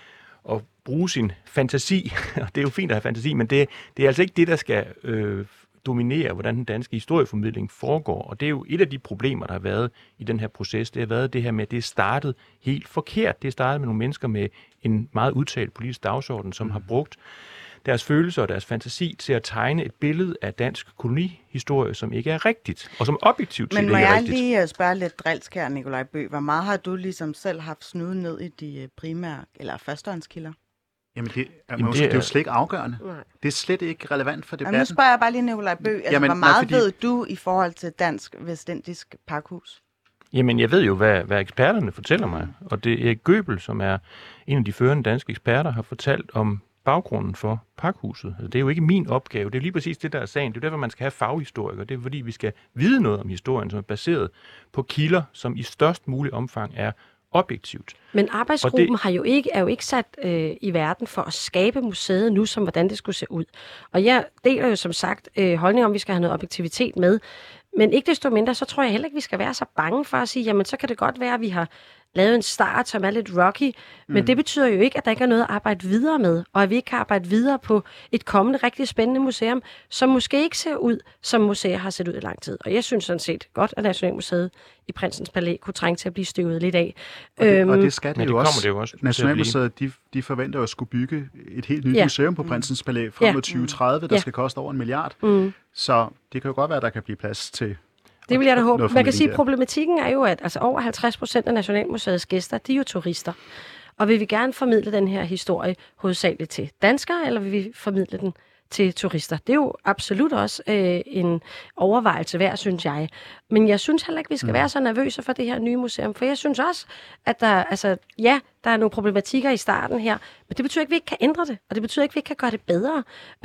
at bruge sin fantasi, og det er jo fint at have fantasi, men det er altså ikke det, der skal dominere, hvordan den danske historieformidling foregår. Og det er jo et af de problemer, der har været i den her proces. Det har været det her med, at det er startet helt forkert. Det er startet med nogle mennesker med en meget udtalt politisk dagsorden, som har brugt deres følelser og deres fantasi til at tegne et billede af dansk kolonihistorie, som ikke er rigtigt, og som objektivt set ikke er rigtigt. Men må jeg lige spørge lidt drilsk her, Nikolaj Bøgh. Hvor meget har du ligesom selv haft snuden ned i de primære eller førstehåndskilder? Jamen, det er jo slet ikke afgørende. Det er slet ikke relevant for debatten. Jamen, nu spørger jeg bare lige Nikolaj Bøgh. Altså, hvor meget ved du i forhold til dansk vestindisk pakhus? Jamen, jeg ved jo, hvad eksperterne fortæller mig. Og det er Erik Gøbel, som er en af de førende danske eksperter, har fortalt om baggrunden for Pakhuset. Altså, det er jo ikke min opgave. Det er lige præcis det, der er sagen. Det er derfor, man skal have faghistorikere. Det er fordi, vi skal vide noget om historien, som er baseret på kilder, som i størst mulig omfang er objektivt. Men arbejdsgruppen er jo ikke sat i verden for at skabe museet nu, som hvordan det skulle se ud. Og jeg deler jo som sagt holdning om, at vi skal have noget objektivitet med. Men ikke desto mindre, så tror jeg heller ikke, vi skal være så bange for at sige, jamen så kan det godt være, at vi har lavet en start, som er lidt rocky, men det betyder jo ikke, at der ikke er noget at arbejde videre med, og at vi ikke kan arbejde videre på et kommende rigtig spændende museum, som måske ikke ser ud, som museer har set ud i lang tid. Og jeg synes sådan set godt, at Nationalmuseet i Prinsens Palæ kunne trænge til at blive støvet lidt af. Og det skal det jo også. Nationalmuseet, de forventer at skulle bygge et helt nyt museum på Prinsens Palæ frem mod 2030, der skal koste over 1 milliard. Så det kan jo godt være, at der kan blive plads til. Det vil jeg da håbe. Man kan sige, at problematikken er jo, at altså over 50% af Nationalmuseets gæster, de er jo turister. Og vil vi gerne formidle den her historie hovedsageligt til danskere, eller vil vi formidle den til turister? Det er jo absolut også en overvejelse værd, synes jeg. Men jeg synes heller ikke, vi skal være så nervøse for det her nye museum, for jeg synes også, at der er nogle problematikker i starten her, men det betyder ikke, at vi ikke kan ændre det, og det betyder ikke, at vi ikke kan gøre det bedre.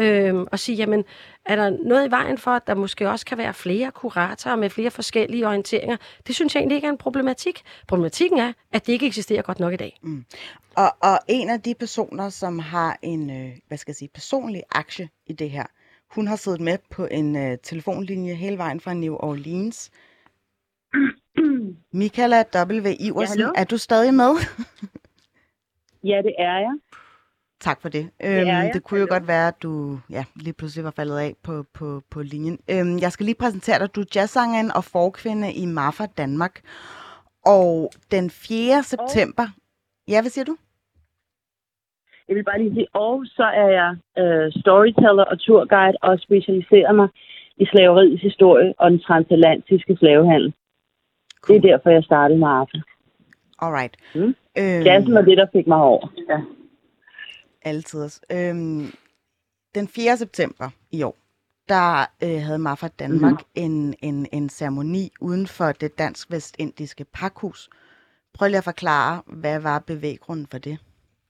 Og sige, jamen, er der noget i vejen for, at der måske også kan være flere kuratorer med flere forskellige orienteringer? Det synes jeg egentlig ikke er en problematik. Problematikken er, at det ikke eksisterer godt nok i dag. Og en af de personer, som har en, personlig aktie i det her, hun har siddet med på en telefonlinje hele vejen fra New Orleans. Michaela W. Iversen, er du stadig med? Ja, det er jeg. Tak for det. Det kunne jo godt være, at du lige pludselig var faldet af på linjen. Jeg skal lige præsentere dig. Du er jazzsangeren og forkvinde i Marfa, Danmark. Og den 4. september... Ja, hvad siger du? Jeg vil bare lige sige, og så er jeg storyteller og turguide og specialiserer mig i slaveriets historie og den transatlantiske slavehandel. Cool. Det er derfor, jeg startede med Marfa. Alright. Jazzen var det, der fik mig over. Ja. Altid. Den 4. september i år, der havde Marfa Danmark en ceremoni uden for det dansk-vestindiske pakhus. Prøv lige at forklare, hvad var bevæggrunden for det?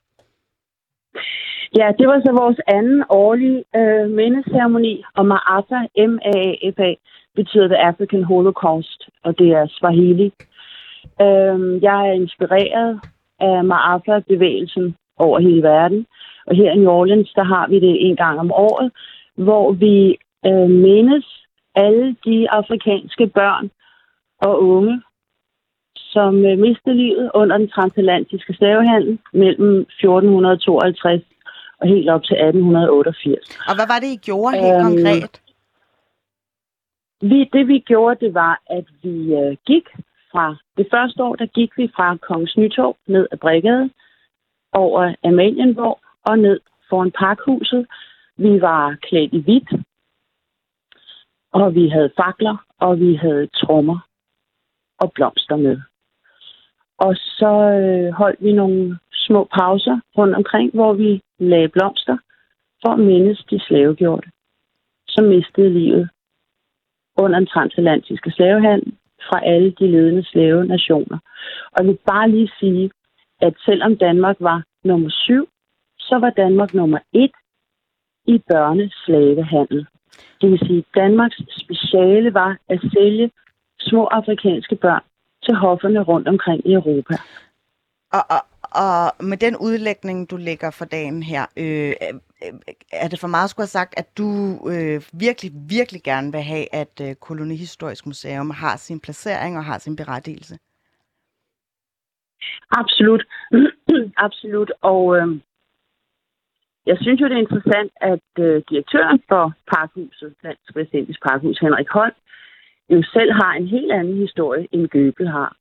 Ja, det var så vores anden årlige mindeceremoni, og Maafa, M-A-A-F-A, betyder The African Holocaust, og det er Swahili. Jeg er inspireret af Maafa-bevægelsen over hele verden, og her i New Orleans, der har vi det en gang om året, hvor vi mindes alle de afrikanske børn og unge, som mistede livet under den transatlantiske slavehandel mellem 1452 og helt op til 1888. Og hvad var det, I gjorde helt konkret? Det vi gjorde, det var, at vi gik det første år, der gik vi fra Kongens Nytorv ned ad Brigade, over Amalienborg og ned foran Parkhuset. Vi var klædt i hvidt, og vi havde fakler, og vi havde trommer og blomster med. Og så holdt vi nogle små pauser rundt omkring, hvor vi lagde blomster for at mindes de slavegjorte, som mistede livet under den transatlantiske slavehandel fra alle de ledende slavenationer. Og jeg vil bare lige sige, at selvom Danmark var nummer 7, så var Danmark nummer 1 i børneslavehandel. Det vil sige, at Danmarks speciale var at sælge små afrikanske børn til hofferne rundt omkring i Europa. Og med den udlægning, du lægger for dagen her, er det for meget skulle have sagt, at du virkelig, virkelig gerne vil have, at Kolonihistorisk Museum har sin placering og har sin berettigelse? Absolut. Absolut. Og jeg synes jo, det er interessant, at direktøren for Parkhuset, Dansk Vestindisk Parkhus, Henrik Holm, jo selv har en helt anden historie, end Goebel har.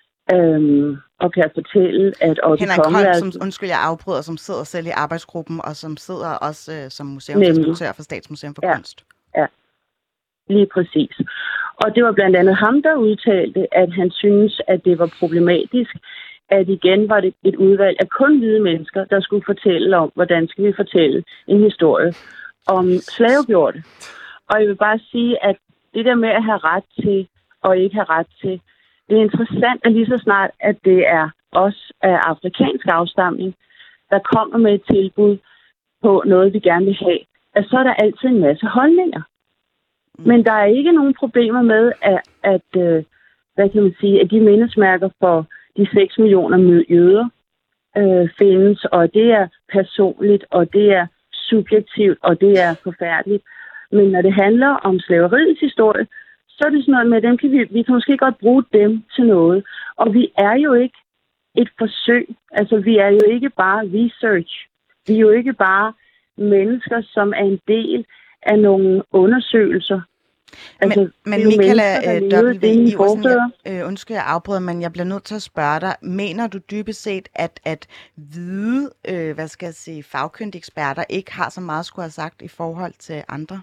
Og kan fortælle, at Henrik Holm, som, undskyld, jeg afbryder, som sidder selv i arbejdsgruppen, og som sidder også som museumsinspektør for Statsmuseum for Kunst. Ja, lige præcis. Og det var blandt andet ham, der udtalte, at han synes, at det var problematisk, at igen var det et udvalg af kun hvide mennesker, der skulle fortælle om, hvordan skal vi fortælle en historie om slavegjorte. Og jeg vil bare sige, at det der med at have ret til og ikke have ret til, det er interessant, at lige så snart, at det er os af afrikansk afstamning, der kommer med et tilbud på noget, vi gerne vil have, at så er der altid en masse holdninger. Men der er ikke nogen problemer med, at hvad kan man sige, at de mindesmærker for de 6 millioner jøder findes, og det er personligt, og det er subjektivt, og det er forfærdeligt. Men når det handler om slaveriets historie, så er det sådan noget med, at dem kan vi kan måske godt bruge dem til noget. Og vi er jo ikke et forsøg. Altså, vi er jo ikke bare research. Vi er jo ikke bare mennesker, som er en del af nogle undersøgelser. Altså, men Michaela W. Undskyld, jeg afbryder, men jeg bliver nødt til at spørge dig. Mener du dybest set, at hvide, fagkyndige eksperter ikke har så meget skulle have sagt i forhold til andre?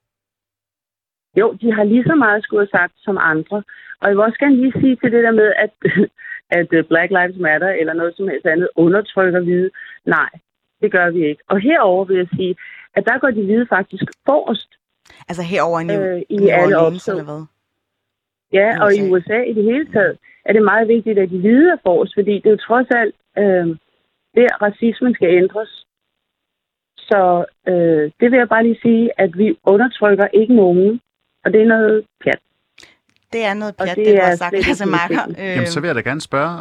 Jo, de har lige så meget skulle have sagt som andre. Og jeg vil også gerne lige sige til det der med, at Black Lives Matter eller noget som helst andet undertrykker hvide. Nej, det gør vi ikke. Og herover vil jeg sige, at der går de hvide faktisk forrest. Altså herover i alle optog, eller hvad? Ja, og i USA i det hele taget er det meget vigtigt, at de hvide er forrest, fordi det er jo trods alt, der racismen skal ændres. Så det vil jeg bare lige sige, at vi undertrykker ikke nogen, og det er noget pjat. Det er noget pjat, det du har sagt, Lasse Marker. Jamen, så vil jeg da gerne spørge...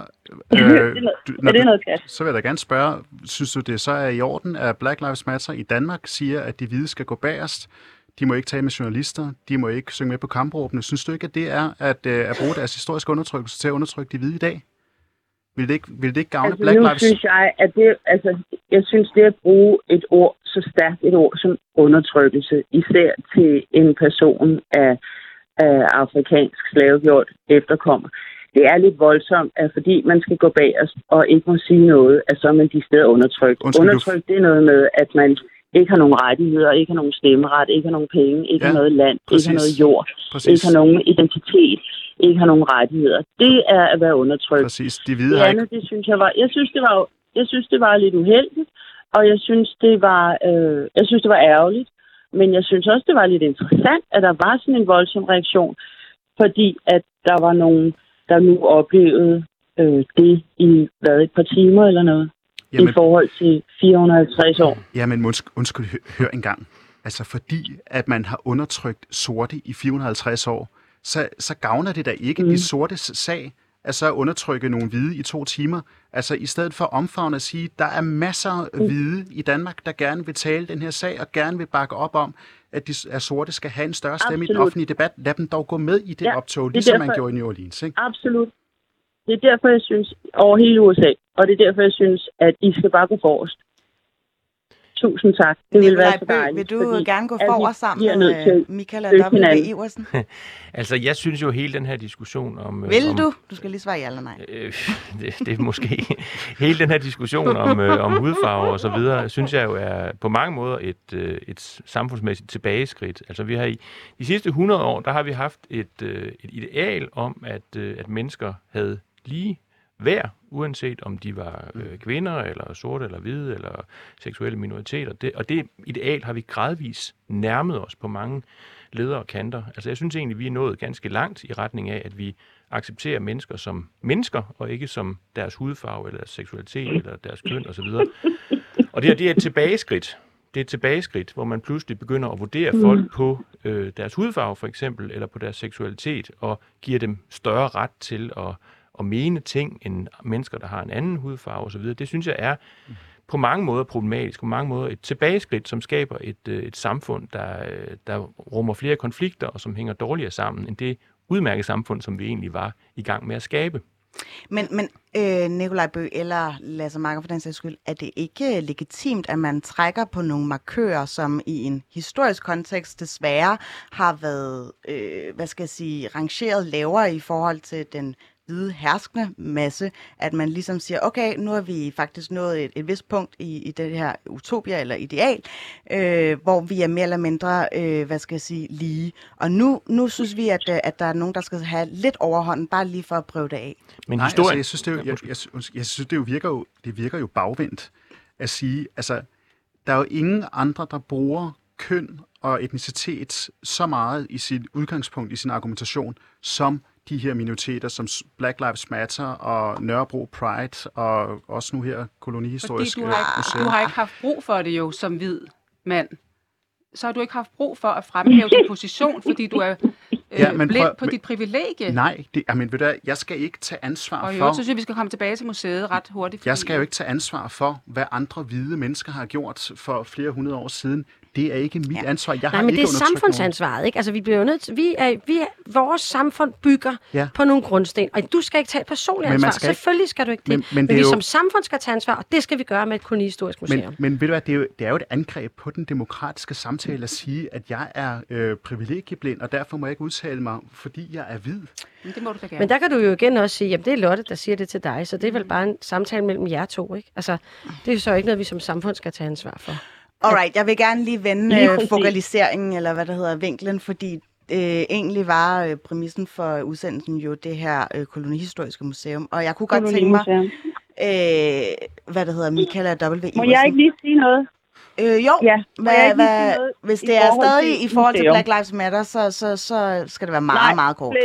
Så vil jeg da gerne spørge, synes du det så er i orden, at Black Lives Matter i Danmark siger, at de hvide skal gå bagerst? De må ikke tale med journalister, de må ikke synge med på kampråbene. Synes du ikke, at det er at bruge deres historiske undertrykkelse til at undertrykke de hvide i dag? Vil det ikke gavne Black Lives? Synes jeg, at jeg synes, det at bruge et ord, så stærkt et ord som undertrykkelse, især til en person af afrikansk slavegjort efterkommer, det er lidt voldsomt, at fordi man skal gå bag os og ikke må sige noget, at så er man de steder undertrykt. Undertrykt, det er noget med, at man ikke har nogen rettigheder, ikke har nogen stemmeret, ikke har nogen penge, ikke har noget land, ikke har noget jord, ikke har nogen identitet, ikke har nogen rettigheder. Det er at være undertrykt. Præcis. De hvide det har andet, ikke... det synes jeg synes, det var lidt uheldigt, og jeg synes, det var ærgerligt, men jeg synes også, det var lidt interessant, at der var sådan en voldsom reaktion, fordi at der var nogen, der nu oplevede det i et par timer eller noget. Jamen, i forhold til 450 år. Jamen, undskyld, hør engang. Altså, fordi at man har undertrykt sorte i 450 år, så gavner det da ikke de sortes sag, at så undertrykke nogle hvide i 2 timer. Altså, i stedet for omfavne at sige, der er masser af hvide i Danmark, der gerne vil tale den her sag, og gerne vil bakke op om, at de sorte skal have en større stemme i den offentlige debat. Lad dem dog gå med i det optog, ligesom man gjorde i New Orleans, ikke? Absolut. Det er derfor, jeg synes, over hele USA, og det er derfor, jeg synes, at I skal bare gå forrest. Tusind tak. Det vil være så Bøgh, dejligt. vil du gerne gå forward sammen med Michael og W. Iversen? Altså, jeg synes jo hele den her diskussion om... Vil du? Du skal lige svare ja eller nej. Det er måske... hele den her diskussion om hudfarve og så videre, synes jeg jo er på mange måder et samfundsmæssigt tilbageskridt. Altså, vi har i de sidste 100 år, der har vi haft et ideal om, at mennesker havde lige værd, uanset om de var kvinder, eller sorte, eller hvide, eller seksuelle minoriteter. Og det ideal har vi gradvist nærmet os på mange ledere og kanter. Altså jeg synes egentlig, vi er nået ganske langt i retning af, at vi accepterer mennesker som mennesker, og ikke som deres hudfarve, eller deres seksualitet, eller deres køn osv. Og det er et tilbageskridt. Det er et tilbageskridt, hvor man pludselig begynder at vurdere folk på deres hudfarve, for eksempel, eller på deres seksualitet, og giver dem større ret til at mene ting end mennesker, der har en anden hudfarve osv. Det synes jeg er på mange måder problematisk, på mange måder et tilbageskridt, som skaber et samfund, der rummer flere konflikter, og som hænger dårligere sammen, end det udmærkede samfund, som vi egentlig var i gang med at skabe. Men Nikolaj Bøgh eller Lasse Marker for den sags skyld, er det ikke legitimt, at man trækker på nogle markører, som i en historisk kontekst desværre har været, rangeret lavere i forhold til den hvide herskende masse, at man ligesom siger, okay, nu har vi faktisk nået et vist punkt i det her utopia eller ideal, hvor vi er mere eller mindre, lige. Og nu synes vi, at der er nogen, der skal have lidt overhånden, bare lige for at prøve det af. Men historien... Altså, jeg synes, det virker jo bagvendt at sige, altså, der er jo ingen andre, der bruger køn og etnicitet så meget i sit udgangspunkt, i sin argumentation, som de her minoriteter, som Black Lives Matter og Nørrebro Pride og også nu her kolonihistorisk museum. Du har ikke haft brug for det jo som hvid mand. Så har du ikke haft brug for at fremhæve din position, fordi du er blind på dit privilegie. Nej, ved du, jeg skal ikke tage ansvar for... Og så synes jeg, vi skal komme tilbage til museet ret hurtigt. Jeg skal jo ikke tage ansvar for, hvad andre hvide mennesker har gjort for flere hundrede år siden. Det er ikke mit ansvar. Men det er samfundsansvaret, ikke? Altså, vi bliver nødt til, vores samfund bygger på nogle grundsten, og du skal ikke tage et personligt ansvar. Selvfølgelig skal du ikke det. Men vi som samfund skal tage ansvar, og det skal vi gøre med et kolonihistorisk museum. Men ved du hvad, det er jo et angreb på den demokratiske samtale at sige, at jeg er privilegieblind, og derfor må jeg ikke udtale mig, fordi jeg er hvid. Det må du da gerne. Men der kan du jo igen også sige, at det er Lotte, der siger det til dig, så det er vel bare en samtale mellem jer to, ikke? Altså, det er jo så ikke noget, vi som samfund skal tage ansvar for. Alright, jeg vil gerne lige vende fokaliseringen, eller hvad der hedder, vinklen, fordi egentlig var præmissen for udsendelsen jo det her kolonihistoriske museum, og jeg kunne godt tænke mig, Michael og W. Iversen. Må jeg ikke lige sige noget? Hvis det er stadig i forhold til Black Lives Matter, så skal det være meget, meget kort.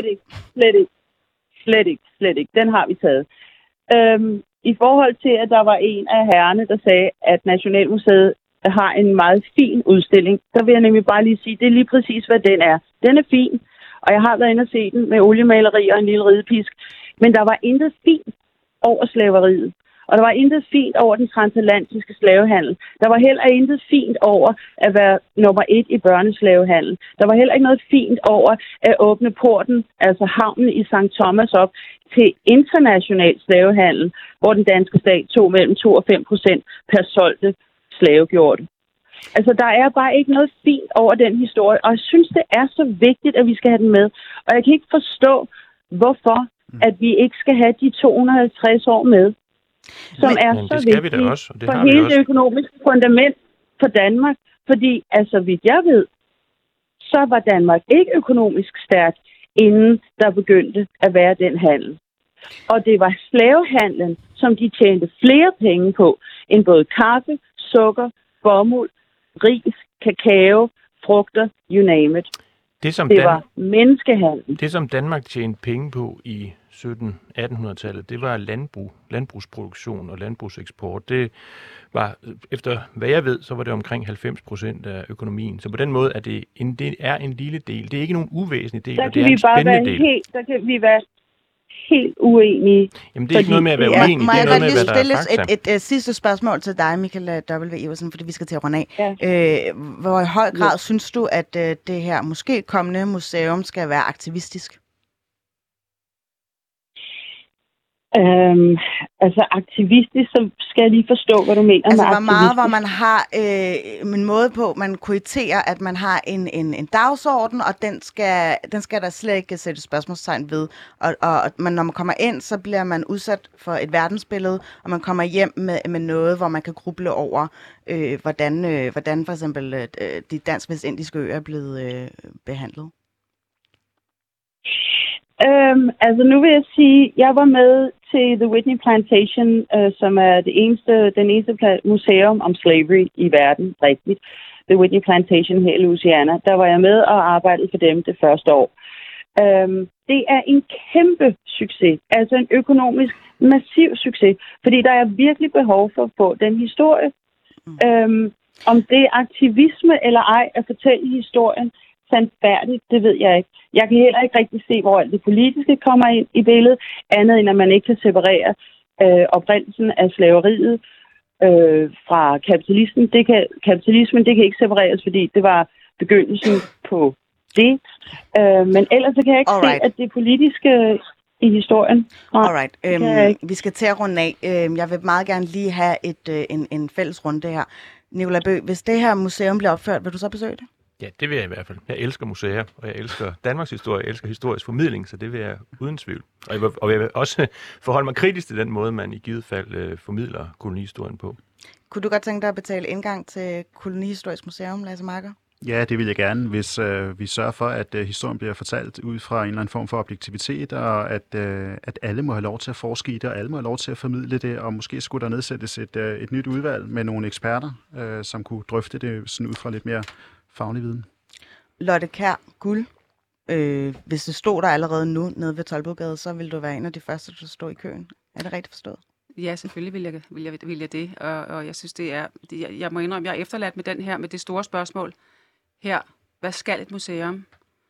Slet ikke. Den har vi taget. I forhold til, at der var en af herrerne, der sagde, at Nationalmuseet har en meget fin udstilling, der vil jeg nemlig bare lige sige, det er lige præcis, hvad den er. Den er fin, og jeg har været inde og se den med oliemaleri og en lille ridepisk, men der var intet fint over slaveriet. Og der var intet fint over den transatlantiske slavehandel. Der var heller intet fint over at være nummer 1 i børneslavehandel. Der var heller ikke noget fint over at åbne porten, altså havnen i St. Thomas op, til international slavehandel, hvor den danske stat tog mellem 2% og 5% per solgte slavegjorte. Altså, der er bare ikke noget fint over den historie, og jeg synes, det er så vigtigt, at vi skal have den med. Og jeg kan ikke forstå, hvorfor at vi ikke skal have de 250 år med, som er så vigtige for hele det økonomiske fundament for Danmark. Fordi, altså, vidt jeg ved, så var Danmark ikke økonomisk stærk, inden der begyndte at være den handel. Og det var slavehandlen, som de tjente flere penge på, end både kaffe, sukker, bomuld, ris, kakao, frugter, you name it. Det var menneskehandel. Det, som Danmark tjente penge på i 1700-1800-tallet, det var landbrugsproduktion og landbrugseksport. Det var, efter hvad jeg ved, så var det omkring 90% af økonomien. Så på den måde er det en lille del. Det er ikke nogen uvæsentlig del, og det er en spændende del. Der kan vi være helt uenige. Jamen, det er ikke noget med at være uenig. Må jeg godt lige stille et sidste spørgsmål til dig, Michael W. Iversen, fordi vi skal til at runde af. Ja. Hvor i høj grad synes du, at det her måske kommende museum skal være aktivistisk? Altså aktivistisk, så skal jeg lige forstå, hvad du mener Altså, med hvor meget, aktivistisk. hvor man har en måde på, man kuiterer, at man har en dagsorden, og den skal der slet ikke sætte spørgsmålstegn ved. Og når man kommer ind, så bliver man udsat for et verdensbillede, og man kommer hjem med noget, hvor man kan gruble over, hvordan for eksempel de dansk-vestindiske øer er blevet behandlet. Altså nu vil jeg sige, jeg var med til The Whitney Plantation, som er den eneste museum om slavery i verden, rigtigt. The Whitney Plantation her i Louisiana. Der var jeg med og arbejdede for dem det første år. Det er en kæmpe succes, altså en økonomisk massiv succes, fordi der er virkelig behov for at få den historie. Om det er aktivisme eller ej at fortælle historien sandfærdigt, det ved jeg ikke. Jeg kan heller ikke rigtig se, hvor alt det politiske kommer ind i billedet, andet end at man ikke kan separere oprindelsen af slaveriet fra kapitalismen. Kapitalismen kan ikke separeres, fordi det var begyndelsen på det. Men ellers så kan jeg ikke se, at det politiske i historien. Alright. Vi skal til at runde af. Jeg vil meget gerne lige have en fælles runde her. Nicolai Bøgh, hvis det her museum bliver opført, vil du så besøge det? Ja, det vil jeg i hvert fald. Jeg elsker museer, og jeg elsker Danmarks historie, jeg elsker historisk formidling, så det vil jeg uden tvivl. Og jeg vil også forholde mig kritisk til den måde, man i givet fald formidler kolonihistorien på. Kunne du godt tænke dig at betale indgang til Kolonihistorisk Museum, Lasse Marker? Ja, det vil jeg gerne, hvis vi sørger for, at historien bliver fortalt ud fra en eller anden form for objektivitet, og at alle må have lov til at forske i det, og alle må have lov til at formidle det, og måske skulle der nedsættes et nyt udvalg med nogle eksperter, som kunne drøfte det sådan ud fra lidt mere faglig viden. Lotte Kjær, guld. Hvis det stod der allerede nu nede ved Toldbodgade, så ville du være en af de første, der stod i køen. Er det rigtigt forstået? Ja, selvfølgelig vil jeg det. Og jeg synes, jeg må indrømme, jeg er efterladt med den her, med det store spørgsmål. Her, hvad skal et museum?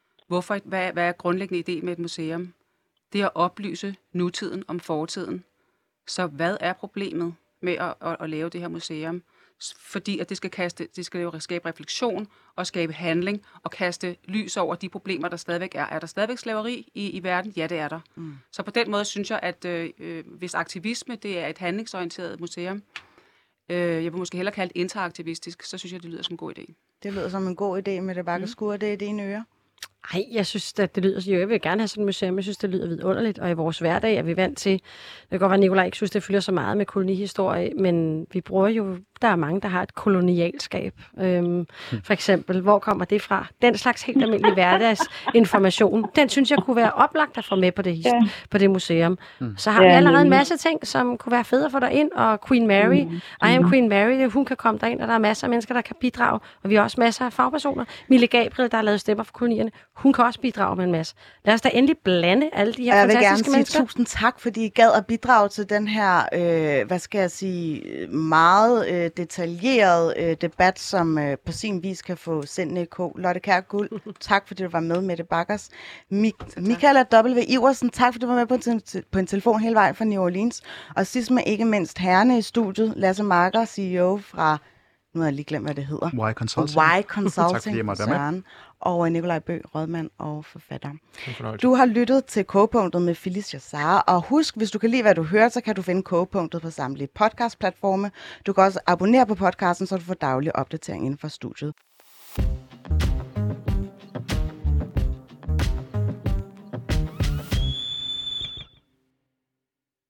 Hvad er grundlæggende idé med et museum? Det er at oplyse nutiden om fortiden. Så hvad er problemet med at lave det her museum? Fordi at det skal jo skabe refleksion og skabe handling og kaste lys over de problemer, der stadigvæk er. Er der stadigvæk slaveri i verden? Ja, det er der. Så på den måde synes jeg, at hvis aktivisme det er et handlingsorienteret museum, jeg vil måske hellere kalde det interaktivistisk, så synes jeg, det lyder som en god idé. Det lyder som en god idé med det bakke skur, det er dine ører. Nej, jeg synes, at det lyder... Jeg vil gerne have sådan et museum, jeg synes, det lyder vidunderligt, og i vores hverdag er vi vant til... Det kan godt være, at Nicolai ikke synes, det fylder så meget med kolonihistorie, men vi bruger jo... Der er mange, der har et kolonialskab. For eksempel, hvor kommer det fra? Den slags helt almindelig hverdagsinformation, den synes jeg kunne være oplagt at få med på det museum. Så har vi allerede en masse ting, som kunne være fede at få derind, og Queen Mary, I am Queen Mary, hun kan komme derind, og der er masser af mennesker, der kan bidrage, og vi har også masser af fagpersoner. Mille Gabriel, der har lavet stemmer for kolonierne, hun kan også bidrage med en masse. Lad os da endelig blande alle de her fantastiske mennesker. Jeg vil gerne sige tusind tak, fordi I gad at bidrage til den her, meget detaljeret debat, som på sin vis kan få sindene i kog. Lotte Kjær Guld, tak fordi du var med, Mette Bakkers. Michaela W. Iversen, tak fordi du var med på en telefon hele vejen fra New Orleans. Og sidst men ikke mindst herrene i studiet, Lasse Marker, CEO fra, nu har jeg lige glemt, hvad det hedder. Y Consulting. Y Consulting, tak fordi jeg måtte være med. Og Nicolai Bøgh, rådmand og forfatter. Du har lyttet til Kogepunktet med Phyllis Jassar, og husk, hvis du kan lide, hvad du hører, så kan du finde Kogepunktet på samtlige podcastplatforme. Du kan også abonnere på podcasten, så du får daglig opdatering inden for studiet.